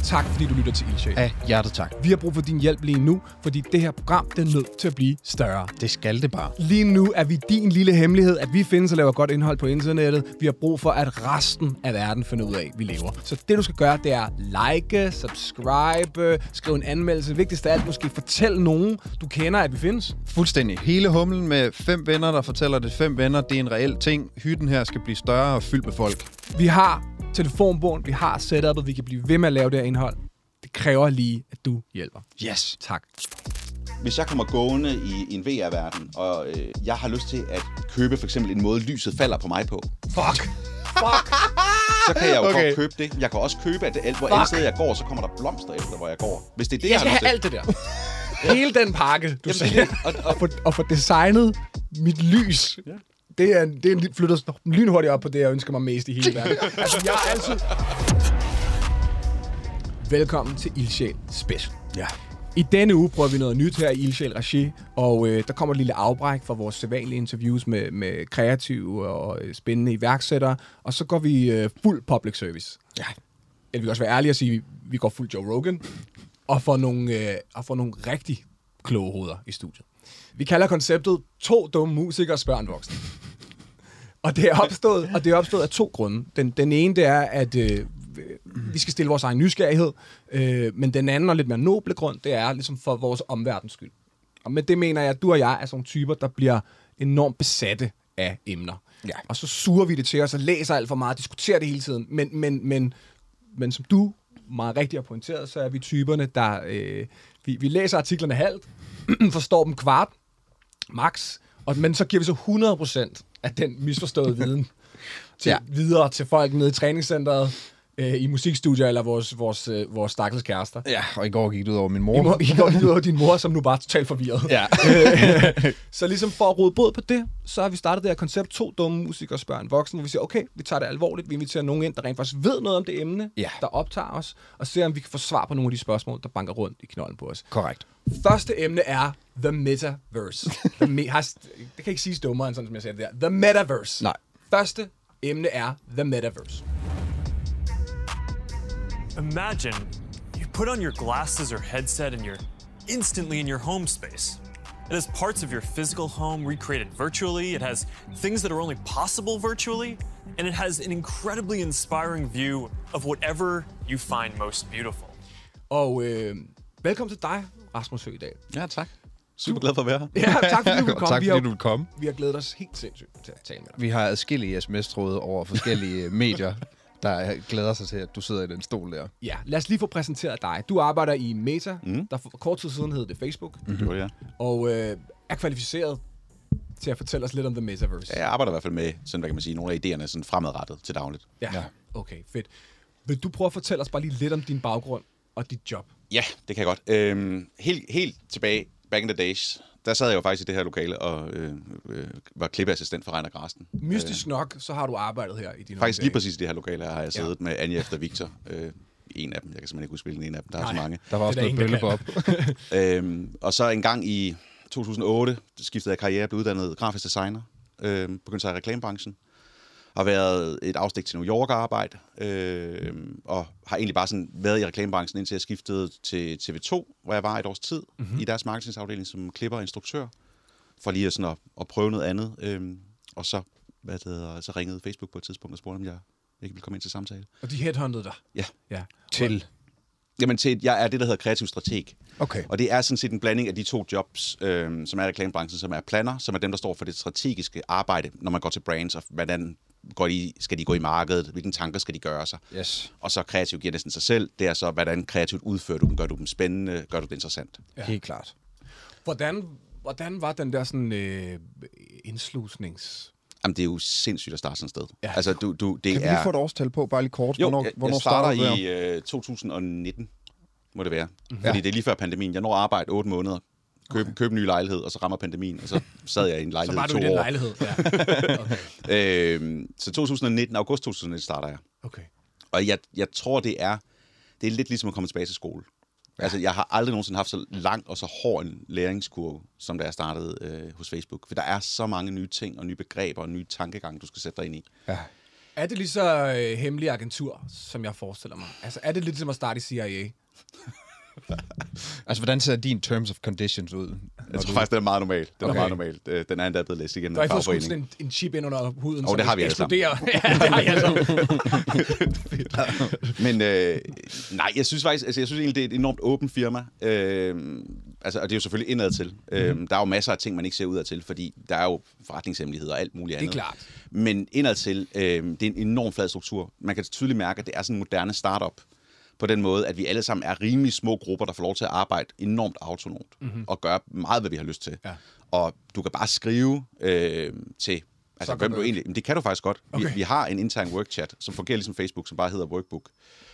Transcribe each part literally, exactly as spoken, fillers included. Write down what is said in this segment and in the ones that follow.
tak fordi du lytter til Ildsjæl. Af hjertet tak. Vi har brug for din hjælp lige nu, fordi det her program, det er nødt til at blive større. Det skal det bare. Lige nu er vi din lille hemmelighed, at vi findes og laver godt indhold på internettet. Vi har brug for, at resten af verden finder ud af, at vi lever. Så det, du skal gøre, det er like, subscribe, skrive en anmeldelse. Vigtigst af alt, måske fortæl nogen, du kender, at vi findes. Fuldstændig. Hele humlen med fem venner, der fortæller det fem venner. Det er en reel ting. Hytten her skal blive større og fyldt med folk. Vi har telefonbogen, vi har setupet, vi kan blive ved med at lave det her indhold. Det kræver lige, at du hjælper. Yes. Tak. Hvis jeg kommer gående i, i en V R-verden, og øh, jeg har lyst til at købe for eksempel en måde, lyset falder på mig på. Fuck! Fuck! Så kan jeg jo Okay. godt købe det. Jeg kan også købe, at det, hvor alle steder jeg går, så kommer der blomster efter, hvor jeg går. Hvis det er det, Jeg skal har have lyst til. alt det der. Hele den pakke, du Jamen, siger. og- og- Og få, og få designet mit lys. Ja. Det er, det er flyttet lynhurtigt op på det, jeg ønsker mig mest i hele verden. Altså, jeg er altid... Velkommen til Ildsjæl Special. Ja. I denne uge prøver vi noget nyt her i Ildsjæl Regi, og øh, der kommer et lille afbræk fra vores sædvanlige interviews med, med kreative og øh, spændende iværksættere, og så går vi øh, fuld public service. Ja. Eller vi kan også være ærlige og sige, at vi går fuld Joe Rogan, og får nogle, øh, og får nogle rigtig kloge hoveder i studiet. Vi kalder konceptet to dumme musikere spørger en voksen. Og det er opstået, og det er opstået af to grunde. Den, den ene, det er, at øh, vi skal stille vores egen nysgerrighed, øh, men den anden og lidt mere noble grund, det er ligesom for vores omverdens skyld. Og med det mener jeg, at du og jeg er sådan nogle typer, der bliver enormt besatte af emner. Ja. Og så suger vi det til os og læser alt for meget, diskuterer det hele tiden. Men, men, men, men som du meget rigtigt har pointeret, så er vi typerne, der øh, vi, vi læser artiklerne halvt, forstår dem kvart, max, og, men så giver vi så hundrede procent af den misforståede viden til, Ja. videre til folk nede i træningscenteret, øh, i musikstudier eller vores, vores, øh, vores stakkels kærester. Ja, og i går gik det ud over min mor. I, må, I går lige ud over din mor, som nu bare er totalt forvirret. Ja. Så ligesom for at råde båd på det, så har vi startet det her koncept, to dumme musikere spørger en voksen, hvor vi siger, okay, vi tager det alvorligt, vi inviterer nogen ind, der rent faktisk ved noget om det emne, Ja. der optager os, og ser, om vi kan få svar på nogle af de spørgsmål, der banker rundt i knolden på os. Korrekt. Første emne er The Metaverse. The me- har, det kan ikke siges dummere, end sådan, som jeg siger det der. The Metaverse. Nej. Første emne er The Metaverse. Imagine you put on your glasses or headset and you're instantly in your home space. It has parts of your physical home recreated virtually. It has things that are only possible virtually. And it has an incredibly inspiring view of whatever you find most beautiful. Og øh, velkommen til dig, Rasmus Høgh, i dag. Ja, tak. Super glad for at være her. Ja, tak fordi du vil komme. Tak vi, fordi har, du vil komme. vi har glædet os helt sindssygt til at tale med dig. Vi har adskillige sms-tråde over forskellige medier, der glæder sig til, at du sidder i den stol der. Ja, lad os lige få præsenteret dig. Du arbejder i Meta, mm. der for kort tid siden hed det Facebook, Mm-hmm. Det var det, ja. og øh, er kvalificeret til at fortælle os lidt om The Metaverse. Ja, jeg arbejder i hvert fald med sådan, hvad kan man sige, nogle af idéerne sådan fremadrettet til dagligt. Ja. Ja. Okay, fedt. Vil du prøve at fortælle os bare lige lidt om din baggrund og dit job? Ja, det kan jeg godt. Øhm, helt, helt tilbage, back in the days, der sad jeg jo faktisk i det her lokale og øh, øh, var klippeassistent for Reiner Grasten. Mystisk nok, så har du arbejdet her i din Faktisk lige præcis i det her lokale har jeg siddet Ja. med Anja efter Victor. Øh, en af dem. Jeg kan simpelthen ikke huske, hvilken en af dem. Der er Nej. så mange. Der var også Det er noget der bølle på op. Øhm, og så en gang i to tusind og otte skiftede jeg karriere, blev uddannet grafisk designer, øh, begyndte sig i reklamebranchen, har været et afstik til New York arbejde, øh, og har egentlig bare sådan været i reklamebranchen, indtil jeg skiftede til T V to, hvor jeg var et års tid mm-hmm. i deres marketingsafdeling som klipper og instruktør, for lige sådan at, at prøve noget andet. Øh, og så, hvad det hedder, så ringede Facebook på et tidspunkt og spurgte, om jeg ikke ville komme ind til samtale. Og de headhuntede dig? Ja. Ja. Til. Jamen, til, jeg er det, der hedder kreativ strateg. Okay. Og det er sådan set en blanding af de to jobs, øh, som er i reklamebranchen, som er planner, som er dem, der står for det strategiske arbejde, når man går til brands, og hvordan går de, skal de gå i markedet, hvilke tanker skal de gøre sig. Yes. Og så kreativt giver næsten sig selv, det er så, hvordan kreativt udfører du dem, gør du dem spændende, gør du det interessant. Ja. Helt klart. Hvordan, hvordan var den der sådan øh, indslusnings... Jamen, det er jo sindssygt at starte sådan et sted. Ja. Altså, du, du, det Kan vi er... lige få et årstal på, bare lige kort? Jo, hvornår, jeg, hvornår jeg starter starter i øh, to tusind og nitten, må det være. Mm-hmm. Fordi det er lige før pandemien. Jeg når at arbejde otte måneder, købe, okay. købe en ny lejlighed, og så rammer pandemien, og så sad jeg i en Så lejlighed var i du to i den år. lejlighed. Ja. Okay. øhm, så to tusind og nitten, august to tusind og nitten starter jeg. okay. Og jeg, jeg tror, det er, det er lidt ligesom at komme tilbage til skole. Ja. Altså, jeg har aldrig nogensinde haft så lang og så hård en læringskurve, som da jeg startede øh, hos Facebook. For der er så mange nye ting og nye begreber og nye tankegange, du skal sætte dig ind i. Ja. Er det lige så øh, hemmelig agentur, som jeg forestiller mig? Altså, er det lidt som at starte i C I A? Altså, hvordan ser din terms of conditions ud? Jeg tror du... faktisk, den er meget normal. Den Okay. er meget normal. Den er endda blevet læst igen. Du har ikke fået skudt sådan en, en chip ind under huden, oh, som det har vi eksploderer. Ja, det har I alle Men øh, nej, jeg synes faktisk, altså, jeg synes egentlig, det er et enormt åbent firma. Øh, altså, og det er jo selvfølgelig indad til. Øh, der er jo masser af ting, man ikke ser udad til, fordi der er jo forretningshemmeligheder og alt muligt andet. Det er klart. Men indad til, øh, det er en enorm flad struktur. Man kan tydeligt mærke, at det er sådan en moderne startup. På den måde, at vi alle sammen er rimelig små grupper, der får lov til at arbejde enormt autonomt mm-hmm. og gøre meget, hvad vi har lyst til. Ja. Og du kan bare skrive øh, til, altså hvem du egentlig... Men det kan du faktisk godt. Okay. Vi, vi har en intern workchat, som fungerer ligesom Facebook, som bare hedder Workbook.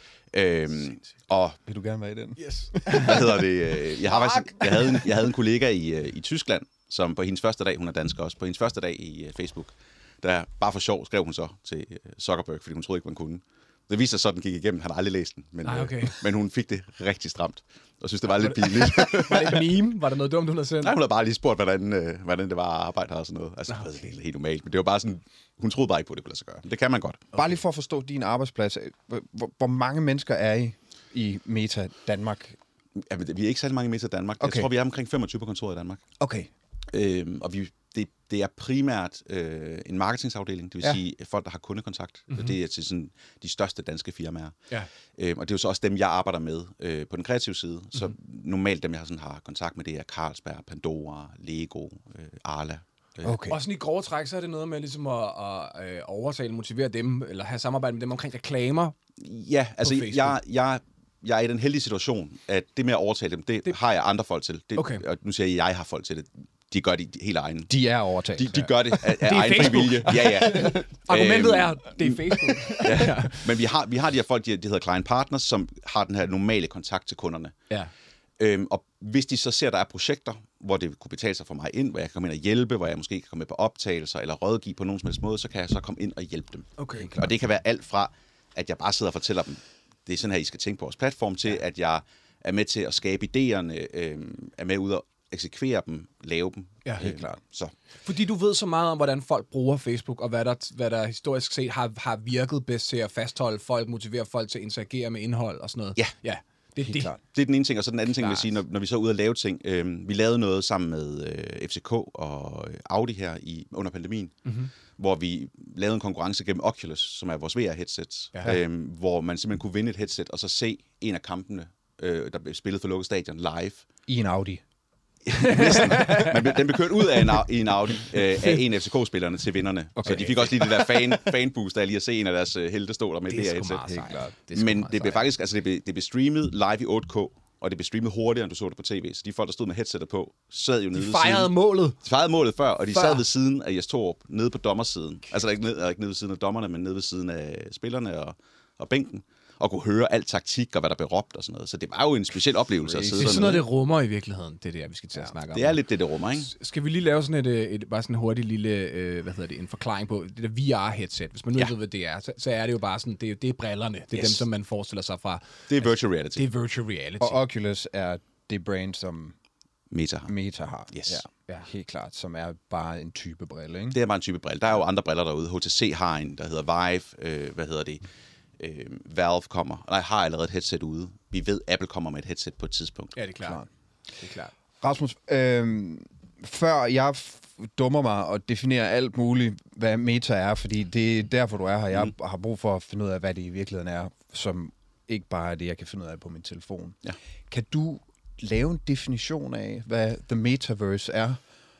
Øhm, og vil du gerne være i den? Yes. Hvad hedder det? Jeg, har faktisk, jeg, havde en, jeg havde en kollega i, i Tyskland, som på hendes første dag, hun er dansker også, på hendes første dag i uh, Facebook, der bare for sjov skrev hun så til uh, Zuckerberg, fordi hun troede ikke, man kunne. Det viste sig så, den gik igennem. Han har aldrig læst den, men, Nej, okay. øh, men hun fik det rigtig stramt, og synes, det var lidt pinligt. Var det et meme? Var der noget dumt, hun havde sendt? Nej, hun havde bare lige spurgt, hvordan, øh, hvordan det var at arbejde her og sådan noget. Altså, Nå, okay. det er helt normalt, men det var bare sådan, hun troede bare ikke på, at det kunne lade sig gøre. Det kan man godt. Okay. Bare lige for at forstå din arbejdsplads. Hvor, hvor mange mennesker er I i Meta Danmark? Ja, vi er ikke særlig mange i Meta Danmark. Okay. Jeg tror, vi er omkring femogtyve på kontoret i Danmark. Okay. Øhm, og vi, det, det er primært øh, en marketingsafdeling, det vil ja. sige folk, der har kundekontakt. Mm-hmm. Det er til sådan de største danske firmaer. Ja. Øhm, og det er jo så også dem, jeg arbejder med øh, på den kreative side. Mm-hmm. Så normalt dem, jeg sådan har kontakt med, det er Carlsberg, Pandora, Lego, øh, Arla. Okay. Og sådan i grove træk, så er det noget med ligesom at, at, at overtale, motivere dem, eller have samarbejde med dem omkring reklamer. Ja, altså jeg, jeg, jeg er i den heldige situation, at det med at overtale dem, det, det... har jeg andre folk til. Det, okay. Og nu siger jeg, at jeg har folk til det. De gør det helt egen. De er overtalt. De, de gør det af, af egen Facebook. frivillige. Ja, ja. Argumentet er, det er Facebook. Ja. Men vi har, vi har de her folk, de, de hedder client partners, som har den her normale kontakt til kunderne. Ja. Øhm, og hvis de så ser, at der er projekter, hvor det kunne betale sig for mig ind, hvor jeg kan komme ind og hjælpe, hvor jeg måske kan komme med på optagelser eller rådgive på nogen som helst måde, så kan jeg så komme ind og hjælpe dem. Okay, og det kan være alt fra, at jeg bare sidder og fortæller dem, det er sådan her, I skal tænke på vores platform, til ja. at jeg er med til at skabe idéerne, øhm, er med ud og eksekvere dem, lave dem. Ja, helt øhm, klart. Så. Fordi du ved så meget om, hvordan folk bruger Facebook, og hvad der, hvad der historisk set har, har virket bedst til at fastholde folk, motivere folk til at interagere med indhold og sådan noget. Ja. Ja. Det er, det. det er den ene ting, og så den anden ting, vil jeg sige, når, når vi så er ude og lave ting. Øh, vi lavede noget sammen med øh, F C K og Audi her i, under pandemien, mm-hmm. hvor vi lavede en konkurrence gennem Oculus, som er vores V R-headsets, ja. øh, hvor man simpelthen kunne vinde et headset, og så se en af kampene, øh, der blev spillet for lukket stadion live. I en Audi. Næsten. Men den blev kørt ud af en, i en Audi øh, af en af F C K-spillerne til vinderne. Okay. Så de fik også lige det der fan, fanboost af lige at se en af deres uh, helte stå der med det, det headset. Men det blev faktisk, altså det blev, det blev streamet live i otte K, og det blev streamet hurtigere, end du så det på tv. Så de folk, der stod med headsetet på, sad jo nede ved siden. De fejrede målet. De fejrede målet før, og de før. sad ved siden af Jes Torup, nede på dommersiden. Altså ikke nede, ikke nede ved siden af dommerne, men nede ved siden af spillerne og, og bænken. Og kunne høre alt taktik og hvad der blev råbt og sådan noget. Så det var jo en speciel oplevelse at sidde dernede. Det er sådan noget, det rummer i virkeligheden, det der, vi skal til at ja, snakke om. Det er lidt det, det rummer, ikke? Skal vi lige lave sådan et, et bare sådan en hurtig lille, øh, hvad hedder det, en forklaring på det der V R-headset. Hvis man nu ja. ved, hvad det er, så, så er det jo bare sådan, det er, det er brillerne. Det er yes. dem, som man forestiller sig fra. Det er virtual reality. Det er virtual reality. Og Oculus er det brand, som Meta har. Meta har. Yes. Ja, ja, helt klart, som er bare en type brille, ikke? Det er bare en type brille. Der er jo andre briller derude. H T C har en, der hedder Vive. Øh, hvad hedder det? Øh, Valve kommer, og der har allerede et headset ude. Vi ved, Apple kommer med et headset på et tidspunkt. Ja, det er klart. klart. Det er klart. Rasmus, øh, før jeg f- dummer mig og definerer alt muligt, hvad Meta er, fordi det er derfor, du er her. Jeg mm. har brug for at finde ud af, hvad det i virkeligheden er, som ikke bare er det, jeg kan finde ud af på min telefon. Ja. Kan du lave en definition af, hvad The Metaverse er,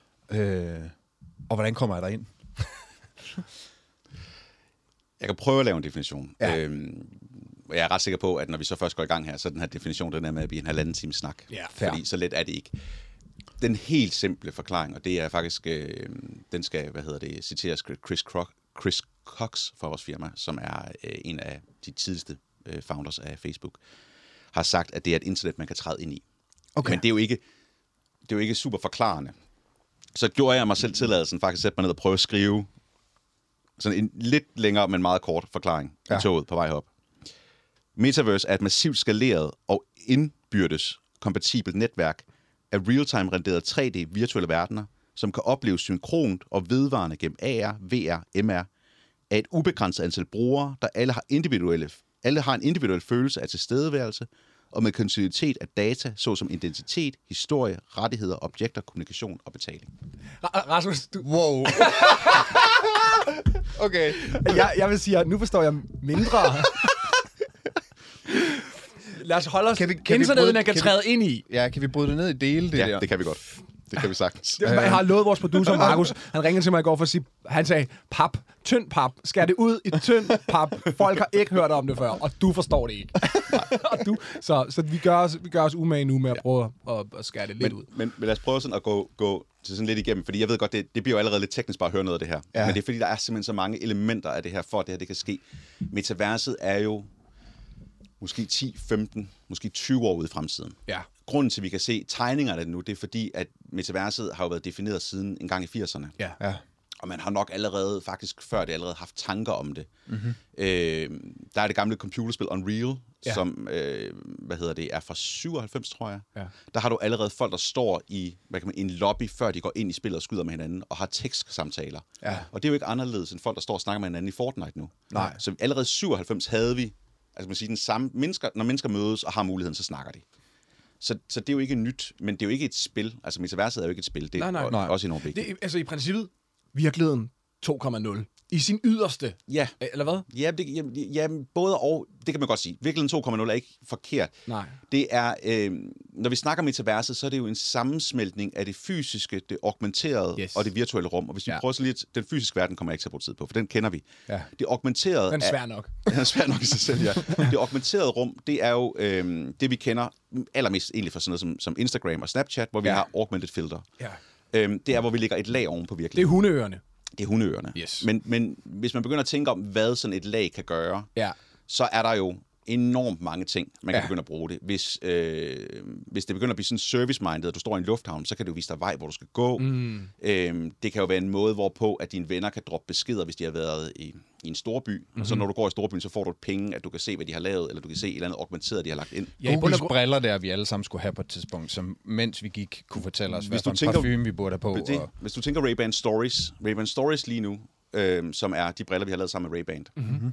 øh, og hvordan kommer jeg derind? Jeg kan prøve at lave en definition. Ja. Øhm, jeg er ret sikker på, at når vi så først går i gang her, så den her definition, den er med at blive en halvanden time snak. Ja, fordi så let er det ikke. Den helt simple forklaring, og det er faktisk, øh, den skal, hvad hedder det, citeres Chris, Croc, Chris Cox fra vores firma, som er øh, en af de tidligste øh, founders af Facebook, har sagt, at det er et internet, man kan træde ind i. Okay. Men det er jo ikke, det er jo ikke super forklarende. Så gjorde jeg mig selv tilladelsen faktisk at sætte mig ned og prøve at skrive sådan en lidt længere, men meget kort forklaring ja. i toget på vej op. Metaverse er et massivt skaleret og indbyrdes kompatibelt netværk af real-time renderede tre D virtuelle verdener, som kan opleves synkront og vedvarende gennem A R, V R, M R, af et ubegrænset antal brugere, der alle har individuelle, alle har en individuel følelse af tilstedeværelse, og med kontinuitet af data, såsom identitet, historie, rettigheder, objekter, kommunikation og betaling. Ra- Rasmus, du... Wow. Okay. jeg, jeg vil sige, at nu forstår jeg mindre. Lad os holde os... Kan vi- kan vi internettet, bryde- man kan, kan vi- træde ind i. Ja, kan vi bryde det ned i dele, det Ja, der? det kan vi godt. Det kan vi sagtens. Det, jeg har lovet vores producer, Markus. Han ringede til mig i går for at sige... Han sagde, pap, tynd pap. Skær det ud i tynd pap. Folk har ikke hørt om det før, og du forstår det ikke. og du, så så vi, gør os, vi gør os umage nu med at prøve at, at skære det lidt Men, ud. men, men lad os prøve sådan at gå, gå til sådan lidt igennem, fordi jeg ved godt, det, det bliver jo allerede lidt teknisk bare at høre noget af det her. Ja. Men det er fordi, der er simpelthen så mange elementer af det her, for at det her det kan ske. Metaverset er jo måske ti, femten, måske tyve år ude i fremtiden. Ja. Grunden til, at vi kan se tegningerne af det nu, det er fordi, at metaverset har jo været defineret siden en gang i firserne. Ja. Ja. Og man har nok allerede, faktisk før det allerede, haft tanker om det. Mm-hmm. Øh, der er det gamle computerspil Unreal, Ja. ja. som øh, hvad hedder det, er fra syvoghalvfems, tror jeg. Ja. Der har du allerede folk, der står i hvad kan man, en lobby, før de går ind i spillet og skyder med hinanden, og har tekstsamtaler. Ja. Og det er jo ikke anderledes end folk, der står og snakker med hinanden i Fortnite nu. Nej. Så allerede syvoghalvfems havde vi, altså man sige, den samme, mennesker, når mennesker mødes og har muligheden, så snakker de. Så, så det er jo ikke nyt, men det er jo ikke et spil. Altså metaverset er jo ikke et spil, det er Nej, nej. nej. også enormt vigtigt. Det, altså i princippet, virkeligheden to komma nul. I sin yderste. Ja. Eller hvad? Ja, det, ja, ja, både og, det kan man godt sige. Virkeligheden to komma nul er ikke forkert. Nej. Det er, øh, når vi snakker metaverset, så er det jo en sammensmeltning af det fysiske, det augmenterede Yes. og det virtuelle rum. Og hvis vi Ja. prøver så lidt, den fysiske verden kommer jeg ikke til at bruge tid på, for den kender vi. Ja. Det augmenterede Den er er- svær nok. Den er svær nok i sig selv, ja. Det augmenterede rum, det er jo øh, det, vi kender allermest egentlig fra sådan noget som, som Instagram og Snapchat, hvor vi Ja. har augmented filter. Ja. Øh, det er, hvor vi lægger et lag oven på Det er virkeligheden. hundeørerne. Det er hundeørerne. Yes. Men, men hvis man begynder at tænke om, hvad sådan et lag kan gøre, Ja. så er der jo enormt mange ting, man kan Ja. begynde at bruge det. Hvis, øh, hvis det begynder at blive sådan service-minded, at du står i en lufthavn, så kan det jo vise dig vej, hvor du skal gå. Mm. Øhm, det kan jo være en måde, hvorpå at dine venner kan droppe beskeder, hvis de har været i, i en storby. Mm-hmm. Og så når du går i storbyen, så får du et penge, at du kan se, hvad de har lavet, eller du kan se et eller andet augmenteret, de har lagt ind. Ja, i bund Googles og grund- briller der, vi alle sammen skulle have på et tidspunkt, som mens vi gik, kunne fortælle os, hvad Hvis for du en tænker- parfume vi burde have på. Det, Og, hvis du tænker Ray-Ban Stories, Ray-Ban Stories lige nu, øh, som er de briller, vi har lavet sammen med Ray-Ban, mm-hmm.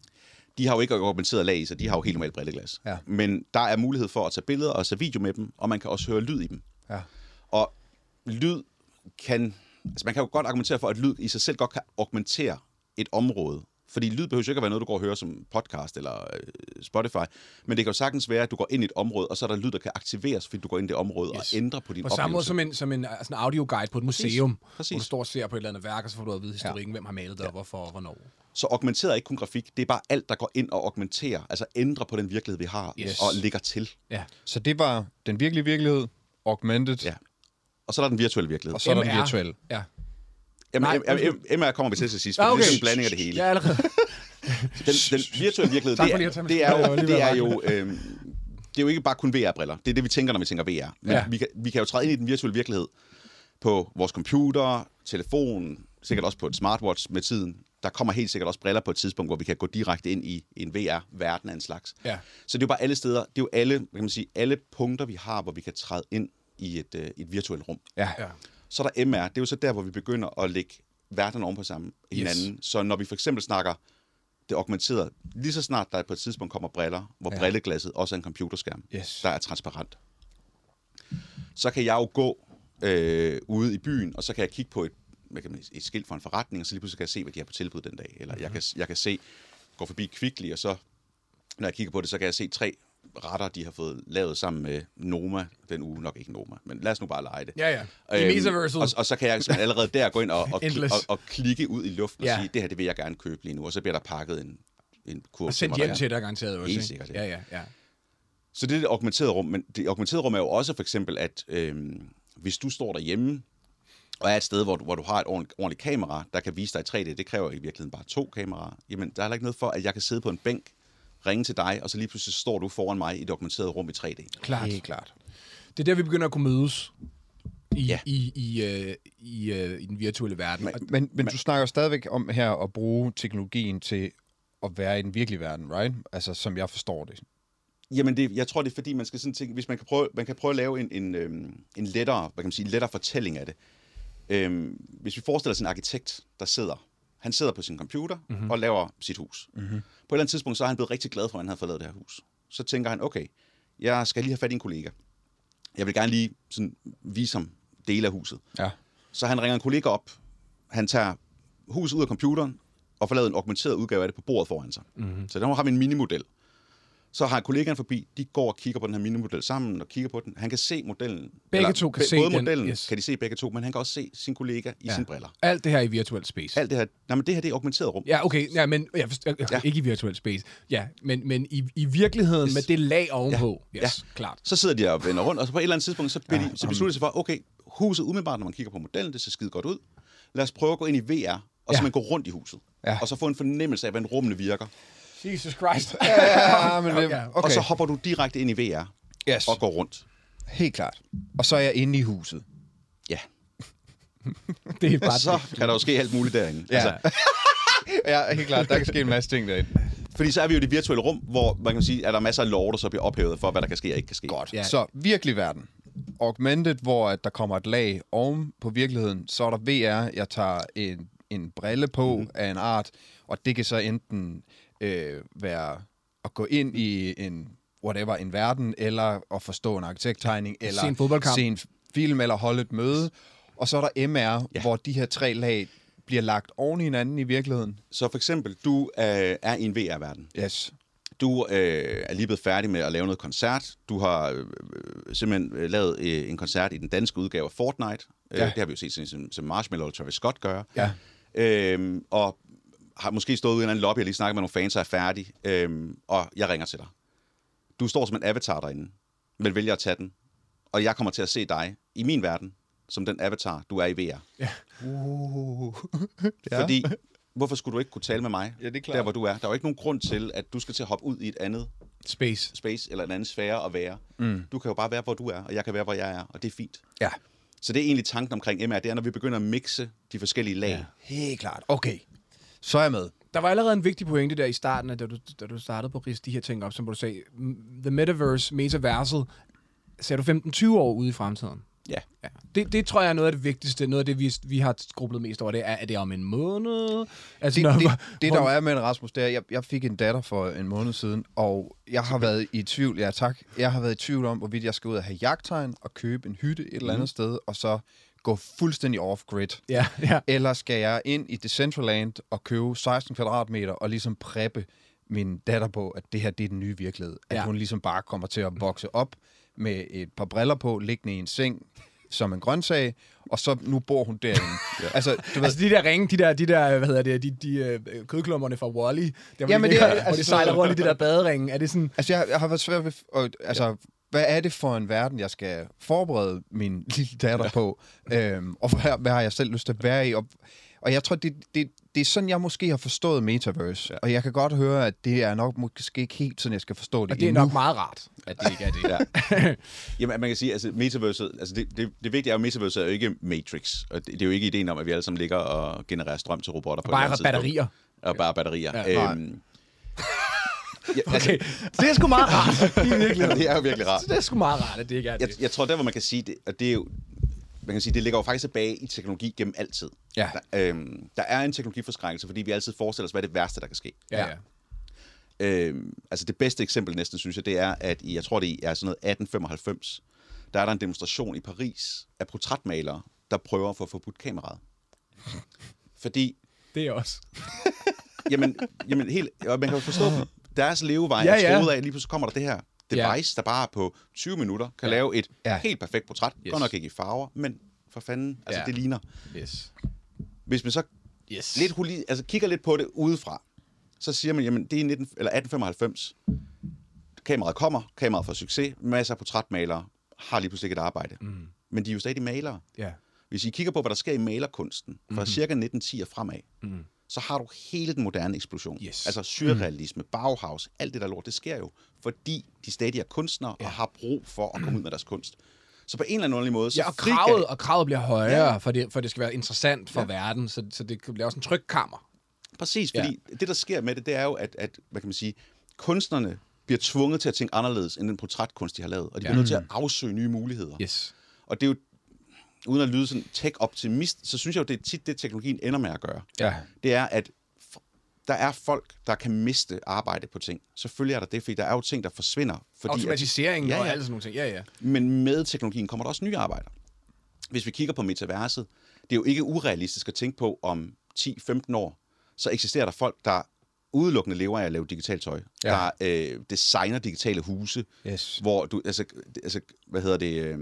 de har jo ikke augmenteret lag i sig, de har jo helt normalt brilleglas. Ja. Men der er mulighed for at tage billeder og tage video med dem, og man kan også høre lyd i dem. ja. Og lyd kan... Altså man kan jo godt argumentere for, at lyd i sig selv godt kan augmentere et område. Fordi lyd behøver jo ikke at være noget, du går og hører som podcast eller øh, Spotify. Men det kan jo sagtens være, at du går ind i et område, og så er der lyd, der kan aktiveres, fordi du går ind i det område Yes. og ændrer på din På oplevelse. samme måde som en, som en sådan audioguide på et museum, Præcis. hvor du står og ser på et eller andet værk, og så får du at vide historikken, ja. hvem har malet det, og hvorfor og hvornår. Så augmenteret er ikke kun grafik, det er bare alt, der går ind og augmenterer, altså ændrer på den virkelighed, vi har, Yes. og lægger til. Ja. Så det var den virkelige virkelighed, augmented, Ja. Og så er der den virtuelle virkelighed. og så er der M den R. virtuelle. Ja. Jamen, Nej, jamen, M- M R kommer vi til til sidst, for Ah, okay. okay. det er en blanding af det hele. Ja, allerede. Den, den virtuelle virkelighed, Tak det for lige er, at tage mig det er tilbage, jo, jeg det var er lige jo, øh, det er jo ikke bare kun V R-briller. Det er det, vi tænker, når vi tænker V R. Men Ja. vi, kan, vi kan jo træde ind i den virtuelle virkelighed på vores computer, telefon, sikkert også på et smartwatch med tiden. Der kommer helt sikkert også briller på et tidspunkt, hvor vi kan gå direkte ind i en V R-verden af en slags. Ja. Så det er jo bare alle steder, det er jo alle, hvad kan man sige, alle punkter, vi har, hvor vi kan træde ind i et, øh, et virtuelt rum. Ja. Ja. Så er der M R, det er jo så der, hvor vi begynder at lægge verden oven på sammen hinanden. Yes. Så når vi for eksempel snakker det augmenterede, lige så snart der på et tidspunkt kommer briller, hvor Ja. ja. brilleglasset også er en computerskærm, Yes. der er transparent. Så kan jeg jo gå øh, ude i byen, og så kan jeg kigge på et, hvad kan man, et skilt for en forretning, og så lige pludselig kan jeg se, hvad de har på tilbud den dag. Eller mm-hmm. jeg, kan, jeg kan se, gå forbi Kvickly, og så, når jeg kigger på det, så kan jeg se tre retter, de har fået lavet sammen med Noma den uge. Nok ikke Noma, men lad os nu bare lege det. Ja, ja. I Øhm, Metaverset. og, og så kan jeg simpelthen allerede der gå ind og, og, kli- Endless. og, og klikke ud i luften Ja. og sige, det her det vil jeg gerne købe lige nu. Og så bliver der pakket en, en kurv. Og sendt mig hjem der. til dig garanteret også. Helt ikke? sikkert, ja. Ja, ja, ja. Så det er det augmenterede rum. Men det augmenterede rum er jo også for eksempel, at øhm, hvis du står derhjemme, og er et sted, hvor du, hvor du har et ordentligt, ordentligt kamera, der kan vise dig i tre D, det kræver i virkeligheden bare to kameraer, jamen der er heller ikke noget for, at jeg kan sidde på en bænk, ringe til dig, og så lige pludselig står du foran mig i det augmenterede rum i tre D. Klart. Helt klart. Det er der, vi begynder at kunne mødes i, Ja. i, i, øh, i, øh, i den virtuelle verden. Men- Og- Men, men du snakker jo stadigvæk om her at bruge teknologien til at være i den virkelige verden, right? Altså, som jeg forstår det. Jamen, det, jeg tror, det er fordi, man skal sådan tænke, hvis man kan prøve, man kan prøve at lave en, en, øhm, en lettere, hvad kan man sige, lettere fortælling af det. Øhm, hvis vi forestiller os en arkitekt, der sidder, Han sidder på sin computer mm-hmm. og laver sit hus. Mm-hmm. På et eller andet tidspunkt, så er han blevet rigtig glad for, at han havde fået lavet det her hus. Så tænker han, okay, jeg skal lige have fat i en kollega. Jeg vil gerne lige sådan, vise ham dele af huset. Ja. Så han ringer en kollega op. Han tager huset ud af computeren og får lavet en augmenteret udgave af det på bordet foran sig. Mm-hmm. Så der har vi en minimodel. Så har kollegaen forbi, de går og kigger på den her minimodel sammen og kigger på den. Han kan se modellen. Begge to kan se både den. modellen Yes. kan de se begge to, men han kan også se sin kollega i ja. sine briller. Alt det her i virtual space. Alt det her, nej, men det her det er augmenteret rum. Ja, okay, ja, men jeg forstår, ja. ikke i virtual space. Ja, men, men i, i virkeligheden yes. med det lag ovenpå. Ja. Yes, ja. Klart. Så sidder de og vender rundt, og så på et eller andet tidspunkt, så, ja, de, så beslutter de sig for, okay, huset umiddelbart, når man kigger på modellen, det ser skide godt ud. Lad os prøve at gå ind i V R, og ja. så man gå rundt i huset. Ja. Og så få en fornemmelse af, hvordan rummene virker. Jesus Christ. ja, men det, okay. Og så hopper du direkte ind i V R yes. og går rundt. Helt klart. Og så er jeg inde i huset. Ja. Det er bare og så kan der jo ske alt muligt derinde. Ja. Altså. ja, helt klart. Der kan ske en masse ting derinde. Fordi så er vi jo i det virtuelle rum, hvor man kan sige, at der er masser af lov, der så bliver ophævet for, hvad der kan ske og ikke kan ske. Godt. Ja. Så virkelig verden. Augmented, hvor at der kommer et lag oven på virkeligheden. Så er der V R. Jeg tager en, en brille på mm. af en art, og det kan så enten øh, være at gå ind i en whatever, en verden, eller at forstå en arkitekttegning, eller se en fodboldkamp, se en film, eller holde et møde. Og så er der M R, ja. hvor de her tre lag bliver lagt oven i hinanden i virkeligheden. Så for eksempel, du øh, er i en V R-verden. Yes. Du øh, er lige blevet færdig med at lave noget koncert. Du har øh, simpelthen lavet øh, en koncert i den danske udgave af Fortnite. Ja. Øh, det har vi jo set som, som Marshmallow og Travis Scott gøre. Ja. Øh, og har måske stået ude i en anden lobby og lige snakket med nogle fans, der er færdige. Øh, og jeg ringer til dig. Du står som en avatar derinde, men vælger at tage den. Og jeg kommer til at se dig i min verden, som den avatar, du er i V R. Ja. Uh. ja. Fordi, hvorfor skulle du ikke kunne tale med mig, ja, det er klart. der hvor du er? Der er jo ikke nogen grund til, at du skal til at hoppe ud i et andet space, space eller en anden sfære at være. Mm. Du kan jo bare være, hvor du er, og jeg kan være, hvor jeg er, og det er fint. Ja. Så det er egentlig tanken omkring M R, det er, når vi begynder at mixe de forskellige lag. Ja. Helt klart. Okay, så er jeg med. Der var allerede en vigtig pointe der i starten, da du, da du startede på at ridse de her ting op, som du sagde, the metaverse, metaverset, ser du femten til tyve år ude i fremtiden? Ja. ja. Det, det tror jeg er noget af det vigtigste, noget af det, vi, vi har grublet mest over, det er, er det om en måned? Altså, det, når, det, hvor, det, der er med Rasmus, det er, jeg, jeg fik en datter for en måned siden, og jeg har været i tvivl, ja tak, jeg har været i tvivl om, hvorvidt jeg skal ud og have jagttegn og købe en hytte et eller andet mm. sted, og så gå fuldstændig off-grid. Ja, ja. Eller skal jeg ind i Decentraland og købe seksten kvadratmeter og ligesom preppe min datter på, at det her det er den nye virkelighed. At ja. hun ligesom bare kommer til at vokse op med et par briller på, liggende i en seng, som en grøntsag, og så nu bor hun derinde. ja. Altså, du ved, altså de der ringe, de der, de der hvad hedder det, de, de uh, kødklumperne fra Wall-E, der ja, de, det er, hvor altså, de sejler rundt i det der baderinge, er det sådan... Altså, jeg, jeg har været svært ved... Og, altså, ja. hvad er det for en verden, jeg skal forberede min lille datter ja. på? Øhm, og hvad, hvad har jeg selv lyst til at være i? Og, og jeg tror, det, det, det er sådan, jeg måske har forstået Metaverse. Ja. Og jeg kan godt høre, at det er nok måske ikke helt sådan, jeg skal forstå det. Og det er endnu. nok meget rart, at det ikke er det. ja. Jamen, man kan sige, altså Metaverse, altså det, det, det vigtige er jo, Metaverse er jo ikke Matrix. Og det, det er jo ikke ideen om, at vi alle sammen ligger og genererer strøm til robotter på bare batterier. Og bare batterier. Ja, øhm, ja, altså, okay, det er sgu meget rart. Det er, virkelig, det er jo virkelig rart. Så det er sgu meget rart, at det ikke er det. Jeg, jeg tror, der hvor man kan sige det, at det er jo, man kan sige, det ligger jo faktisk tilbage i teknologi gennem altid. Ja. Der, øhm, der er en teknologiforskrækkelse, fordi vi altid forestiller os, hvad er det værste, der kan ske. Ja. ja. Øhm, altså det bedste eksempel næsten, synes jeg, det er, at i, jeg tror, det er sådan noget atten femoghalvfems, der er der en demonstration i Paris af portrætmalere, der prøver at få forbudt kameraet. Fordi... Det er også. jamen, jamen helt... Og man kan jo forstå, deres levevej ja, er ja. troet af, lige pludselig kommer der det her device, ja. der bare på tyve minutter kan ja. lave et ja. helt perfekt portræt. Yes. Godt nok ikke i farver, men for fanden, altså ja. det ligner. Yes. Hvis man så yes. lidt huli, altså kigger lidt på det udefra, så siger man, jamen det er nitten, eller atten femoghalvfems. Kameraet kommer, kameraet får succes, masser af portrætmalere har lige pludselig et arbejde. Mm. Men de er jo stadig malere. Yeah. Hvis I kigger på, hvad der sker i malerkunsten, fra mm-hmm. cirka nitten ti og fremad, mm. så har du hele den moderne eksplosion. Yes. Altså surrealisme, mm. Bauhaus, alt det der lort, det sker jo, fordi de stadig er kunstnere yeah. og har brug for at komme ud med deres kunst. Så på en eller anden måde... Så ja, og kravet, og kravet bliver højere, ja. for, det, for det skal være interessant for ja. verden, så, så det bliver også en trykkammer. Præcis, fordi ja. det, der sker med det, det er jo, at, at hvad kan man sige, kunstnerne bliver tvunget til at tænke anderledes end den portrætkunst, de har lavet, og de bliver ja. nødt til at afsøge nye muligheder. Yes. Og det er jo uden at lyde sådan tech-optimist, så synes jeg jo, det er tit det, teknologien ender med at gøre. Ja. Det er, at der er folk, der kan miste arbejde på ting. Selvfølgelig er der det, fordi der er jo ting, der forsvinder. Fordi automatisering at, ja, ja. og alle sådan nogle ting. Ja, ja. Men med teknologien kommer der også nye arbejder. Hvis vi kigger på metaverset, det er jo ikke urealistisk at tænke på, om ti til femten år, så eksisterer der folk, der udelukkende lever af at lave digitalt tøj. Ja. Der øh, designer digitale huse, Yes. hvor du, altså, altså hvad hedder det, øh,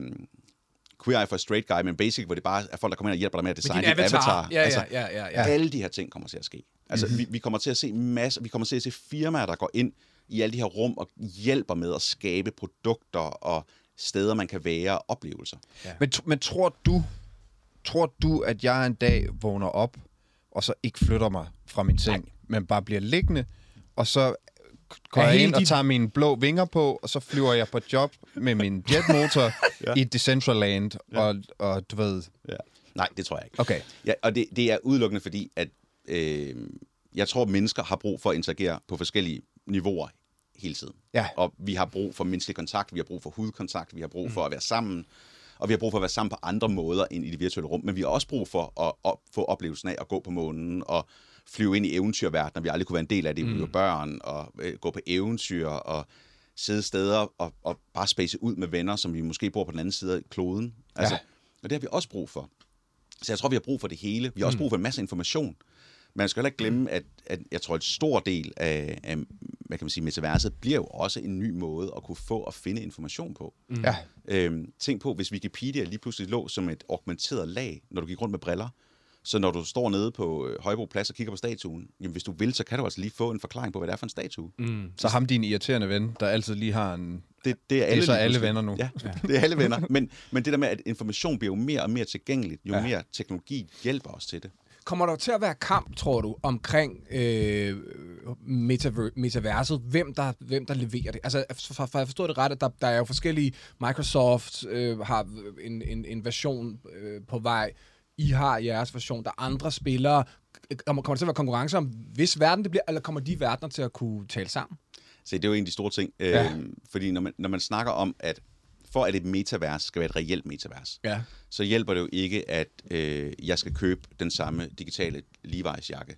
Queer Eye for a Straight Guy, men basic, hvor det bare er folk, der kommer ind og hjælper dig med at designe dit avatar. avatar. Ja, altså, ja, ja, ja, ja. alle de her ting kommer til at ske. Altså, mm-hmm. vi, vi kommer til at se masser, vi kommer til at se firmaer, der går ind i alle de her rum og hjælper med at skabe produkter og steder, man kan være, oplevelser. Ja. Men, men tror du, tror du, at jeg en dag vågner op, og så ikke flytter mig fra min seng, Nej. men bare bliver liggende, og så går jeg ind og tager mine blå vinger på, og så flyver jeg på job med min jetmotor ja. i Decentraland, ja. og, og du ved... Ja. Nej, det tror jeg ikke. Okay. Ja, og det, det er udelukkende fordi, at øh, jeg tror, at mennesker har brug for at interagere på forskellige niveauer hele tiden. Ja. Og vi har brug for menneskelig kontakt, vi har brug for hudkontakt, vi har brug for at være sammen, og vi har brug for at være sammen på andre måder end i det virtuelle rum. Men vi har også brug for at op, få oplevelsen af at gå på månen og flyve ind i eventyrverdenen, vi aldrig kunne være en del af det, vi var børn, og øh, gå på eventyr og sidde steder og, og bare space ud med venner, som vi måske bor på den anden side af kloden. Altså, ja. Og det har vi også brug for. Så jeg tror, vi har brug for det hele. Vi har også brug for en masse information. Man skal heller ikke glemme, at, at jeg tror, at en stor del af, af hvad kan man sige, metaverset bliver jo også en ny måde at kunne få og finde information på. Mm. Ja. Øhm, tænk på, hvis Wikipedia lige pludselig lå som et augmenteret lag, når du gik rundt med briller. Så når du står nede på øh, Højbro Plads og kigger på statuen, jamen hvis du vil, så kan du altså lige få en forklaring på, hvad det er for en statue. Mm. Så ham din irriterende ven, der altid lige har en... Det, det er alle, det er så alle venner nu. Ja, det er alle venner. Men, men det der med, at information bliver jo mere og mere tilgængeligt, jo ja. mere teknologi hjælper os til det. Kommer der til at være kamp, tror du, omkring øh, metaver- metaverset? Hvem der, hvem der leverer det? Altså, for, for jeg forstår det ret, at der, der er jo forskellige... Microsoft øh, har en, en, en version øh, på vej. I har jeres version. Der er andre spillere. Kommer, kommer der til at være konkurrence om, hvis verden det bliver, eller kommer de verdener til at kunne tale sammen? Så det er jo en af de store ting. Ja. Øh, fordi når man, når man snakker om, at for at et metavers skal være et reelt metavers, ja. så hjælper det jo ikke, at øh, jeg skal købe den samme digitale Levi's jakke